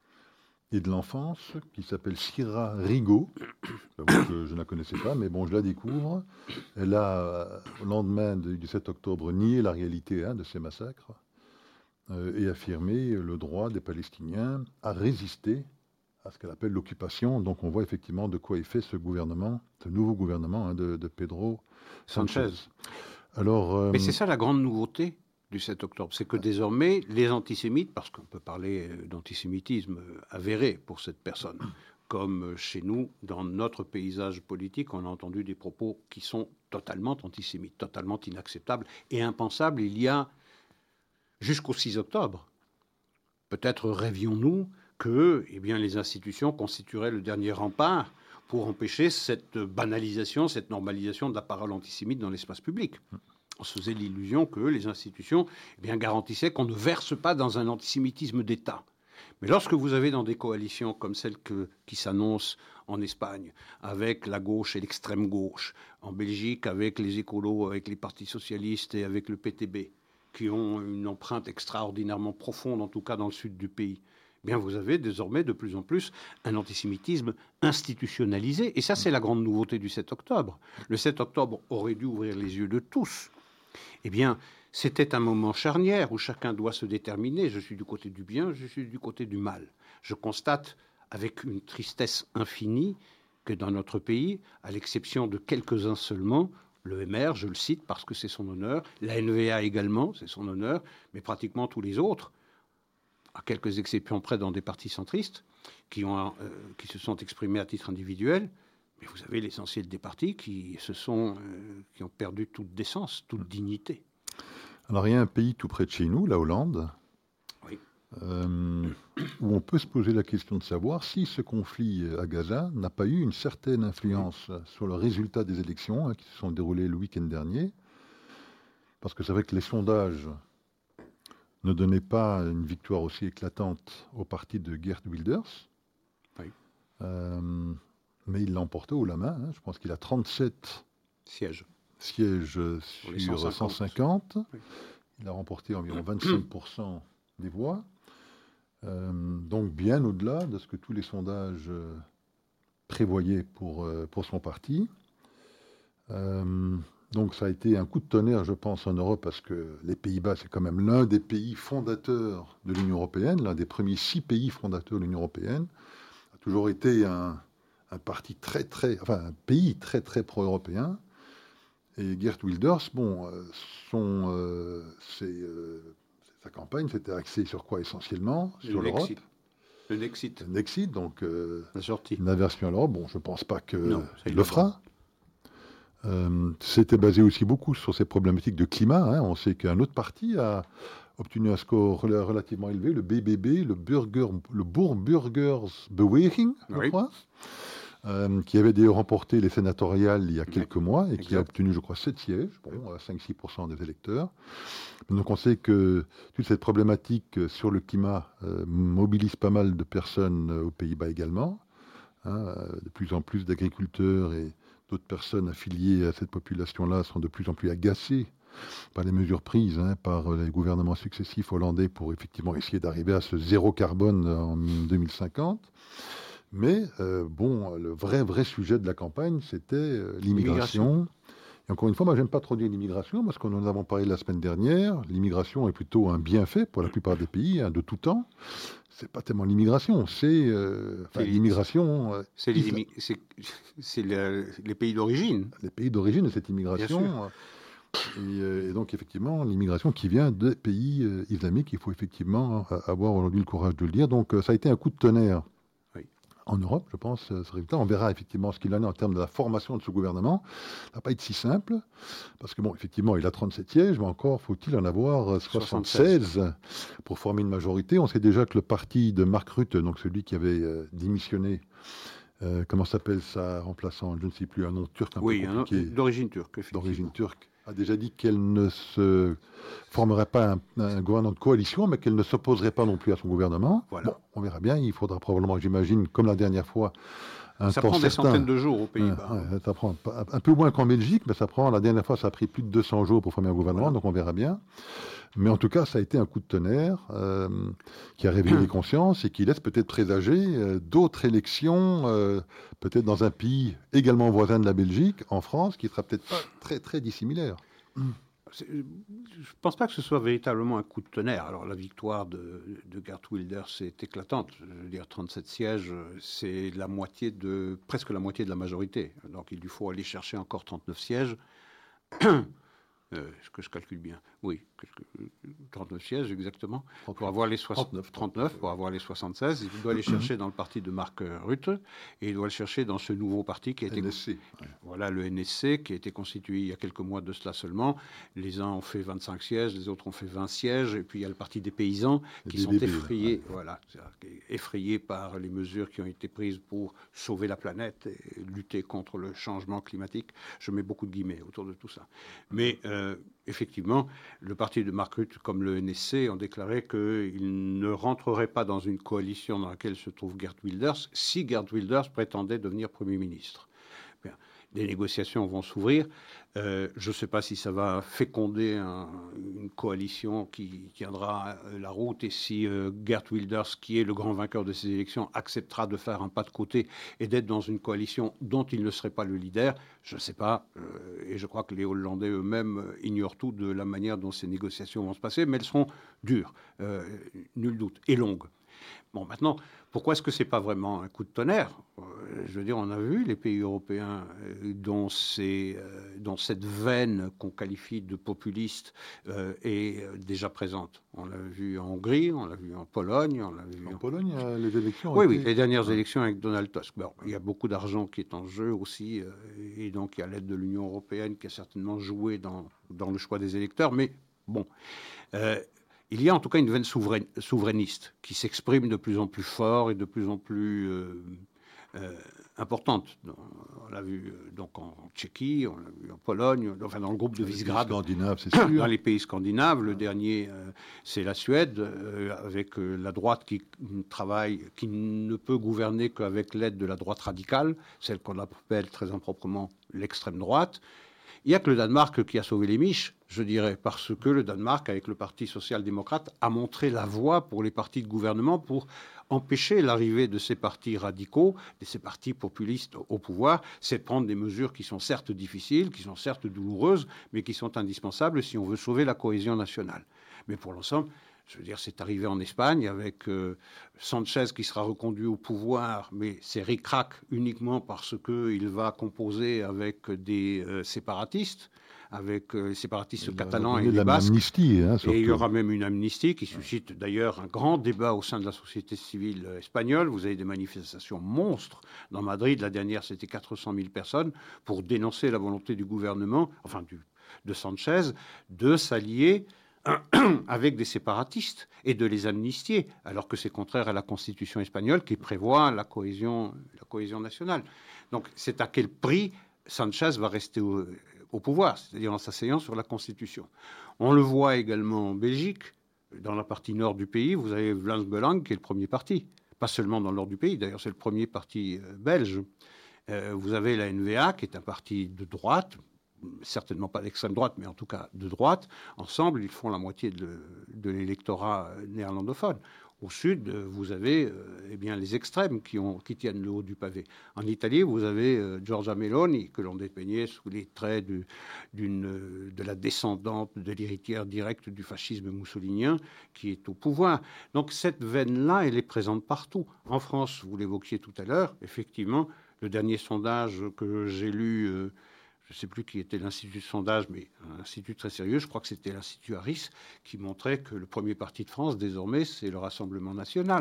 et de l'Enfance qui s'appelle Sira Rigo. J'avoue que je ne la connaissais pas, mais bon, je la découvre. Elle a, au lendemain du sept octobre, nié la réalité hein, de ces massacres euh, et affirmé le droit des Palestiniens à résister à ce qu'elle appelle l'occupation. Donc on voit effectivement de quoi est fait ce gouvernement, ce nouveau gouvernement hein, de, de Pedro Sanchez. Sanchez. Alors, euh, Mais c'est ça la grande nouveauté du sept octobre, c'est que désormais, les antisémites, parce qu'on peut parler d'antisémitisme avéré pour cette personne, comme chez nous, dans notre paysage politique, on a entendu des propos qui sont totalement antisémites, totalement inacceptables et impensables il y a jusqu'au six octobre. Peut-être rêvions-nous que eh bien, les institutions constitueraient le dernier rempart pour empêcher cette banalisation, cette normalisation de la parole antisémite dans l'espace public. On se faisait l'illusion que les institutions eh bien, garantissaient qu'on ne verse pas dans un antisémitisme d'État. Mais lorsque vous avez dans des coalitions comme celle que, qui s'annonce en Espagne, avec la gauche et l'extrême gauche, en Belgique avec les écolos, avec les partis socialistes et avec le P T B, qui ont une empreinte extraordinairement profonde, en tout cas dans le sud du pays, eh bien vous avez désormais de plus en plus un antisémitisme institutionnalisé. Et ça, c'est la grande nouveauté du sept octobre. Le sept octobre aurait dû ouvrir les yeux de tous. Eh bien, c'était un moment charnière où chacun doit se déterminer. Je suis du côté du bien, je suis du côté du mal. Je constate avec une tristesse infinie que dans notre pays, à l'exception de quelques-uns seulement, le M R, je le cite parce que c'est son honneur, la N V A également, c'est son honneur, mais pratiquement tous les autres, à quelques exceptions près dans des partis centristes, qui, ont, euh, qui se sont exprimés à titre individuel, mais vous avez l'essentiel des partis qui, se sont, euh, qui ont perdu toute décence, toute dignité. Alors il y a un pays tout près de chez nous, la Hollande, oui. euh, où on peut se poser la question de savoir si ce conflit à Gaza n'a pas eu une certaine influence oui. sur le résultat des élections hein, qui se sont déroulées le week-end dernier. Parce que c'est vrai que les sondages ne donnaient pas une victoire aussi éclatante au parti de Geert Wilders. Oui. Euh, mais il l'a emporté haut la main. Hein. Je pense qu'il a trente-sept sièges. sièges sur cent cinquante. cent cinquante. Oui. Il a remporté environ vingt-cinq pour cent des voix. Euh, donc bien au-delà de ce que tous les sondages euh, prévoyaient pour, euh, pour son parti. Euh, donc ça a été un coup de tonnerre, je pense, en Europe, parce que les Pays-Bas, c'est quand même l'un des pays fondateurs de l'Union européenne, l'un des premiers six pays fondateurs de l'Union européenne. A toujours été un, un parti très, très, enfin un pays très, très pro-européen. Et Geert Wilders, bon, euh, son, euh, c'est, euh, sa campagne s'était axée sur quoi essentiellement? Sur le l'Europe. Nexit. Le Nexit. Le Nexit, donc euh, la sortie. Une aversion à l'Europe. Bon, je ne pense pas qu'il le fera. Pas. Euh, c'était basé aussi beaucoup sur ces problématiques de climat. Hein. On sait qu'un autre parti a obtenu un score relativement élevé, le B B B, le, Burger, le Boer-Burgers-Beweging, je oui. crois, euh, qui avait d'ailleurs remporté les sénatoriales il y a quelques mois et exact. Qui a obtenu, je crois, sept sièges, bon, à cinq à six pour cent des électeurs. Donc on sait que toute cette problématique sur le climat euh, mobilise pas mal de personnes aux Pays-Bas également. Hein, de plus en plus d'agriculteurs et d'autres personnes affiliées à cette population-là sont de plus en plus agacées par les mesures prises hein, par les gouvernements successifs hollandais pour effectivement essayer d'arriver à ce zéro carbone en deux mille cinquante. Mais euh, bon, le vrai, vrai sujet de la campagne, c'était euh, l'immigration. Et encore une fois, moi, j'aime pas trop dire l'immigration parce qu'on en avons parlé la semaine dernière. L'immigration est plutôt un bienfait pour la plupart des pays hein, de tout temps. C'est pas tellement l'immigration, c'est, euh, enfin, l'immigration. Euh, c'est les, immi- c'est, c'est le, les pays d'origine. Les pays d'origine de cette immigration. Et, euh, et donc, effectivement, l'immigration qui vient des pays euh, islamiques, il faut effectivement avoir aujourd'hui le courage de le dire. Donc, euh, ça a été un coup de tonnerre oui. en Europe, je pense, ce résultat. On verra effectivement ce qu'il en est en termes de la formation de ce gouvernement. Ça ne va pas être si simple, parce que, bon, effectivement, il a trente-sept sièges, mais encore faut-il en avoir soixante-seize pour former une majorité. On sait déjà que le parti de Mark Rutte, donc celui qui avait euh, démissionné, euh, comment s'appelle sa remplaçante, je ne sais plus, un nom turc un oui, peu compliqué. Oui, d'origine turque, effectivement. D'origine turque. A déjà dit qu'elle ne se formerait pas un, un gouvernement de coalition, mais qu'elle ne s'opposerait pas non plus à son gouvernement. Voilà. Bon, on verra bien. Il faudra probablement, j'imagine, comme la dernière fois, un ça temps prend certain. des centaines de jours aux Pays-Bas. Ouais, ouais, ça prend un peu moins qu'en Belgique, mais ça prend. La dernière fois, ça a pris plus de deux cents jours pour former un gouvernement, voilà. Donc on verra bien. Mais en tout cas, ça a été un coup de tonnerre euh, qui a réveillé les consciences et qui laisse peut-être présager euh, d'autres élections, euh, peut-être dans un pays également voisin de la Belgique, en France, qui sera peut-être pas très très dissimilaire. Je ne pense pas que ce soit véritablement un coup de tonnerre. Alors la victoire de, de Geert Wilders est éclatante. Je veux dire, trente-sept sièges, c'est la moitié de, presque la moitié de la majorité. Donc il lui faut aller chercher encore trente-neuf sièges. Euh, est-ce que je calcule bien? Oui, trente-neuf sièges exactement. Pour avoir les soixante-neuf, trente-neuf, pour avoir les soixante-seize, il doit aller chercher dans le parti de Mark Rutte et il doit le chercher dans ce nouveau parti qui a été N S C. Voilà le N S C qui a été constitué il y a quelques mois de cela seulement. Les uns ont fait vingt-cinq sièges, les autres ont fait vingt sièges, et puis il y a le parti des paysans qui sont effrayés, voilà, effrayés par les mesures qui ont été prises pour sauver la planète et lutter contre le changement climatique. Je mets beaucoup de guillemets autour de tout ça. Mais euh, effectivement, le parti de Mark Rutte comme le N S C ont déclaré qu'ils ne rentreraient pas dans une coalition dans laquelle se trouve Geert Wilders si Geert Wilders prétendait devenir Premier ministre. Bien. Des négociations vont s'ouvrir. Euh, je ne sais pas si ça va féconder un, une coalition qui tiendra la route et si euh, Geert Wilders, qui est le grand vainqueur de ces élections, acceptera de faire un pas de côté et d'être dans une coalition dont il ne serait pas le leader. Je ne sais pas. Euh, et je crois que les Hollandais eux-mêmes ignorent tout de la manière dont ces négociations vont se passer, mais elles seront dures, euh, nul doute, et longues. Bon, maintenant, pourquoi est-ce que ce n'est pas vraiment un coup de tonnerre? euh, Je veux dire, on a vu les pays européens euh, dont, c'est, euh, dont cette veine qu'on qualifie de populiste euh, est euh, déjà présente. On l'a vu en Hongrie, on l'a vu en Pologne. On l'a vu en, en Pologne, euh, les élections Oui, été... oui, les dernières ouais. élections avec Donald Tusk. Bon, il y a beaucoup d'argent qui est en jeu aussi, euh, et donc il y a l'aide de l'Union européenne qui a certainement joué dans, dans le choix des électeurs, mais bon... Euh, Il y a en tout cas une veine souveraine, souverainiste qui s'exprime de plus en plus fort et de plus en plus euh, euh, importante. On l'a vu donc en Tchéquie, on l'a vu en Pologne, enfin dans le groupe de Visegrad. Scandinaves, c'est sûr. Dans les pays scandinaves, le dernier, euh, c'est la Suède, euh, avec euh, la droite qui travaille, qui ne peut gouverner qu'avec l'aide de la droite radicale, celle qu'on appelle très improprement l'extrême droite. Il n'y a que le Danemark qui a sauvé les miches, je dirais, parce que le Danemark, avec le Parti social-démocrate, a montré la voie pour les partis de gouvernement pour empêcher l'arrivée de ces partis radicaux, de ces partis populistes au pouvoir. C'est de prendre des mesures qui sont certes difficiles, qui sont certes douloureuses, mais qui sont indispensables si on veut sauver la cohésion nationale. Mais pour l'ensemble... Je veux dire, c'est arrivé en Espagne avec euh, Sanchez qui sera reconduit au pouvoir, mais c'est ric-rac uniquement parce qu'il va composer avec des euh, séparatistes, avec euh, les séparatistes il catalans et les basques. Hein, et il y aura même une amnistie qui suscite d'ailleurs un grand débat au sein de la société civile espagnole. Vous avez des manifestations monstres. Dans Madrid, la dernière, c'était quatre cent mille personnes pour dénoncer la volonté du gouvernement, enfin du, de Sanchez, de s'allier avec des séparatistes et de les amnistier, alors que c'est contraire à la Constitution espagnole qui prévoit la cohésion, la cohésion nationale. Donc c'est à quel prix Sanchez va rester au, au pouvoir, c'est-à-dire en s'asseyant sur la Constitution. On le voit également en Belgique, dans la partie nord du pays, vous avez Vlaams Belang qui est le premier parti, pas seulement dans le nord du pays, d'ailleurs c'est le premier parti euh, belge. Euh, vous avez la N V A qui est un parti de droite, certainement pas d'extrême droite, mais en tout cas de droite. Ensemble, ils font la moitié de, de l'électorat néerlandophone. Au sud, vous avez euh, eh bien, les extrêmes qui, ont, qui tiennent le haut du pavé. En Italie, vous avez euh, Giorgia Meloni, que l'on dépeignait sous les traits du, d'une, de la descendante, de l'héritière directe du fascisme moussolinien, qui est au pouvoir. Donc cette veine-là, elle est présente partout. En France, vous l'évoquiez tout à l'heure, effectivement, le dernier sondage que j'ai lu... Euh, je ne sais plus qui était l'institut de sondage, mais un institut très sérieux, je crois que c'était l'Institut Harris, qui montrait que le premier parti de France, désormais, c'est le Rassemblement national,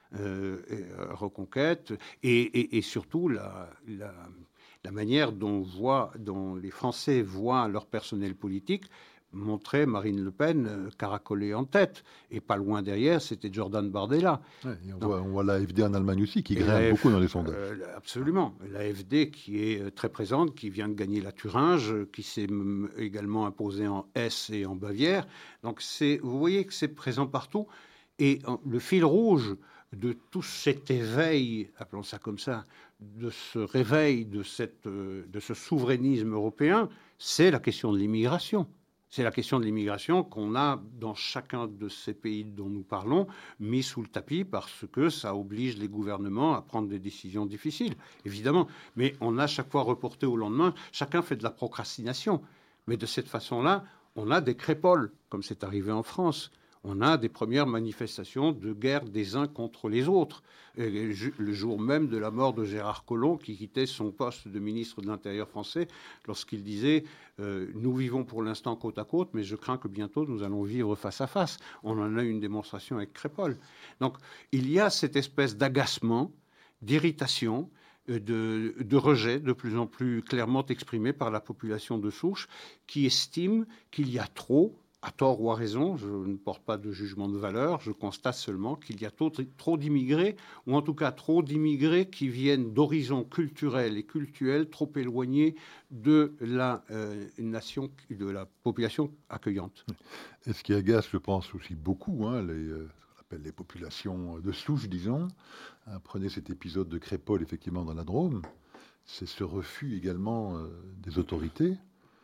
euh, et, euh, Reconquête, et, et, et surtout la, la, la manière dont, voit, dont les Français voient leur personnel politique montrait Marine Le Pen euh, caracolée en tête. Et pas loin derrière, c'était Jordan Bardella. Ouais, et on, voit, on voit la F D en Allemagne aussi, qui grimpe F, beaucoup dans les sondages. Euh, absolument. La F D qui est très présente, qui vient de gagner la Thuringe, qui s'est également imposée en Hesse et en Bavière. Donc c'est, vous voyez que c'est présent partout. Et le fil rouge de tout cet éveil, appelons ça comme ça, de ce réveil, de, cette, de ce souverainisme européen, c'est la question de l'immigration. C'est la question de l'immigration qu'on a dans chacun de ces pays dont nous parlons mis sous le tapis parce que ça oblige les gouvernements à prendre des décisions difficiles, évidemment. Mais on a chaque fois reporté au lendemain. Chacun fait de la procrastination. Mais de cette façon-là, on a des crépoles, comme c'est arrivé en France. On a des premières manifestations de guerre des uns contre les autres. Et le jour même de la mort de Gérard Collomb, qui quittait son poste de ministre de l'Intérieur français, lorsqu'il disait euh, « Nous vivons pour l'instant côte à côte, mais je crains que bientôt nous allons vivre face à face ». On en a eu une démonstration avec Crépol. Donc il y a cette espèce d'agacement, d'irritation, de, de rejet de plus en plus clairement exprimé par la population de souche qui estime qu'il y a trop, à tort ou à raison, je ne porte pas de jugement de valeur, je constate seulement qu'il y a trop, trop d'immigrés, ou en tout cas trop d'immigrés qui viennent d'horizons culturels et cultuels trop éloignés de la euh, nation, de la population accueillante. Et ce qui agace, je pense, aussi beaucoup, hein, les, euh, ce qu'on appelle les populations de souche, disons, hein, prenez cet épisode de Crépol, effectivement, dans la Drôme, c'est ce refus également euh, des autorités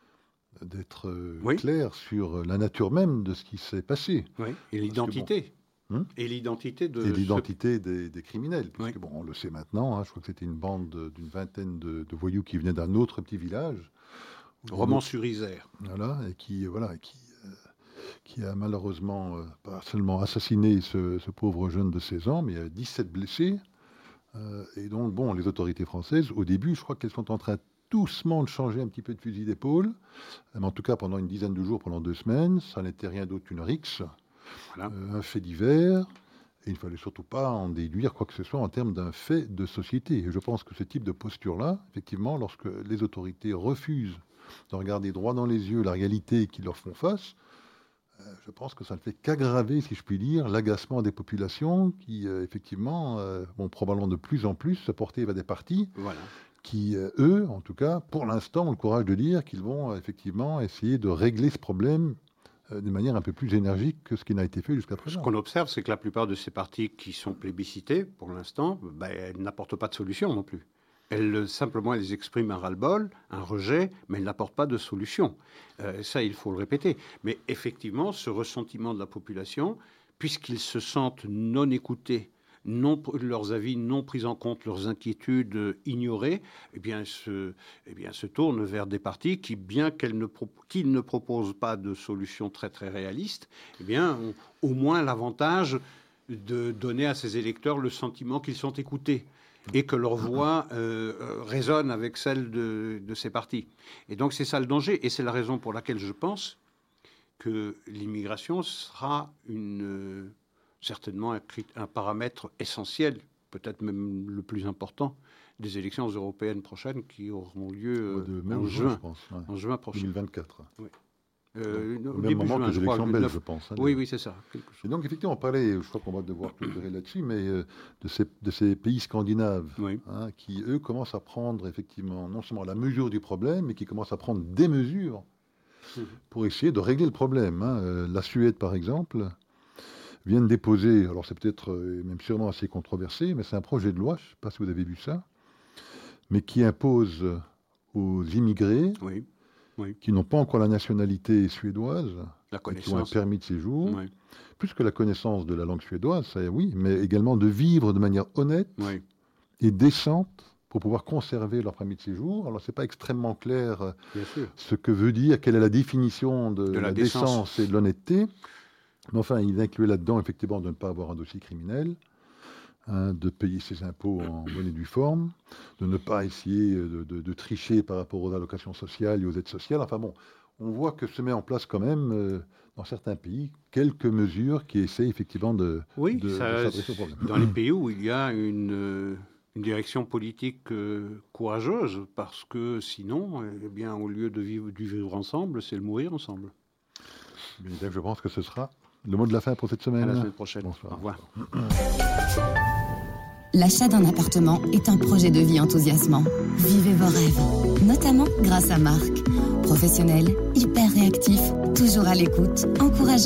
d'être euh, oui. clair sur la nature même de ce qui s'est passé. Oui. Et l'identité. Bon, hum et l'identité de... Et l'identité ce... des, des criminels. Puisque, oui. bon, on le sait maintenant, hein, je crois que c'était une bande d'une vingtaine de, de voyous qui venaient d'un autre petit village. Romans-sur-Isère. Voilà, et qui, voilà, qui, euh, qui a malheureusement euh, pas seulement assassiné ce, ce pauvre jeune de seize ans, mais il y a dix-sept blessés. Euh, et donc, bon, les autorités françaises, au début, je crois qu'elles sont en train doucement de changer un petit peu de fusil d'épaule, mais en tout cas pendant une dizaine de jours, pendant deux semaines, ça n'était rien d'autre qu'une rixe, voilà. euh, un fait divers, et il ne fallait surtout pas en déduire quoi que ce soit en termes d'un fait de société. Et je pense que ce type de posture-là, effectivement, lorsque les autorités refusent de regarder droit dans les yeux la réalité qui leur font face, euh, je pense que ça ne fait qu'aggraver, si je puis dire, l'agacement des populations qui, euh, effectivement, euh, vont probablement de plus en plus se porter vers des partis. Voilà. Qui, eux, en tout cas, pour l'instant, ont le courage de dire qu'ils vont effectivement essayer de régler ce problème euh, de manière un peu plus énergique que ce qui n'a été fait jusqu'à présent. Ce qu'on observe, c'est que la plupart de ces partis qui sont plébiscités, pour l'instant, ben, elles n'apportent pas de solution non plus. Elles, simplement, elles expriment un ras-le-bol, un rejet, mais elles n'apportent pas de solution. Euh, ça, il faut le répéter. Mais effectivement, ce ressentiment de la population, puisqu'ils se sentent non écoutés, non, leurs avis non pris en compte, leurs inquiétudes ignorées, eh bien, se, eh bien, se tournent vers des partis qui, bien qu'elles ne, qu'ils ne proposent pas de solutions très, très réalistes, eh bien, ont au moins l'avantage de donner à ces électeurs le sentiment qu'ils sont écoutés et que leur voix euh, résonne avec celle de, de ces partis. Et donc, c'est ça le danger, et c'est la raison pour laquelle je pense que l'immigration sera une... certainement un, un paramètre essentiel, peut-être même le plus important, des élections européennes prochaines qui auront lieu de en, juin, juin, je pense, ouais. en juin prochain. deux mille vingt-quatre. Oui. Euh, au même moment juin, que les élections belges, je pense. Hein, oui, oui, c'est ça. Et donc, effectivement, on parlait, je crois qu'on va devoir clôturer là-dessus, mais euh, de, ces, de ces pays scandinaves oui. hein, qui, eux, commencent à prendre, effectivement, non seulement la mesure du problème, mais qui commencent à prendre des mesures mmh. pour essayer de régler le problème. Hein. Euh, la Suède, par exemple, viennent déposer, alors c'est peut-être euh, même sûrement assez controversé, mais c'est un projet de loi, je ne sais pas si vous avez vu ça, mais qui impose aux immigrés oui. Oui. qui n'ont pas encore la nationalité suédoise, la qui ont un permis de séjour, oui. plus que la connaissance de la langue suédoise, ça, oui, mais également de vivre de manière honnête oui. et décente pour pouvoir conserver leur permis de séjour. Alors, ce n'est pas extrêmement clair Bien sûr. ce que veut dire, quelle est la définition de, de la, la décence. décence et de l'honnêteté. Mais enfin, il incluait là-dedans, effectivement, de ne pas avoir un dossier criminel, hein, de payer ses impôts en bonne et due forme, de ne pas essayer de, de, de tricher par rapport aux allocations sociales et aux aides sociales. Enfin bon, on voit que se met en place quand même, euh, dans certains pays, quelques mesures qui essaient effectivement de, oui, de, ça, de s'adresser au problème. Dans les pays où il y a une, une direction politique euh, courageuse, parce que sinon, eh bien, au lieu de vivre, du vivre ensemble, c'est le mourir ensemble. Bien, je pense que ce sera le mot de la fin pour cette semaine. À la semaine prochaine. Bonsoir. Au revoir. L'achat d'un appartement est un projet de vie enthousiasmant. Vivez vos rêves, notamment grâce à Marc. Professionnel, hyper réactif, toujours à l'écoute, encouragé.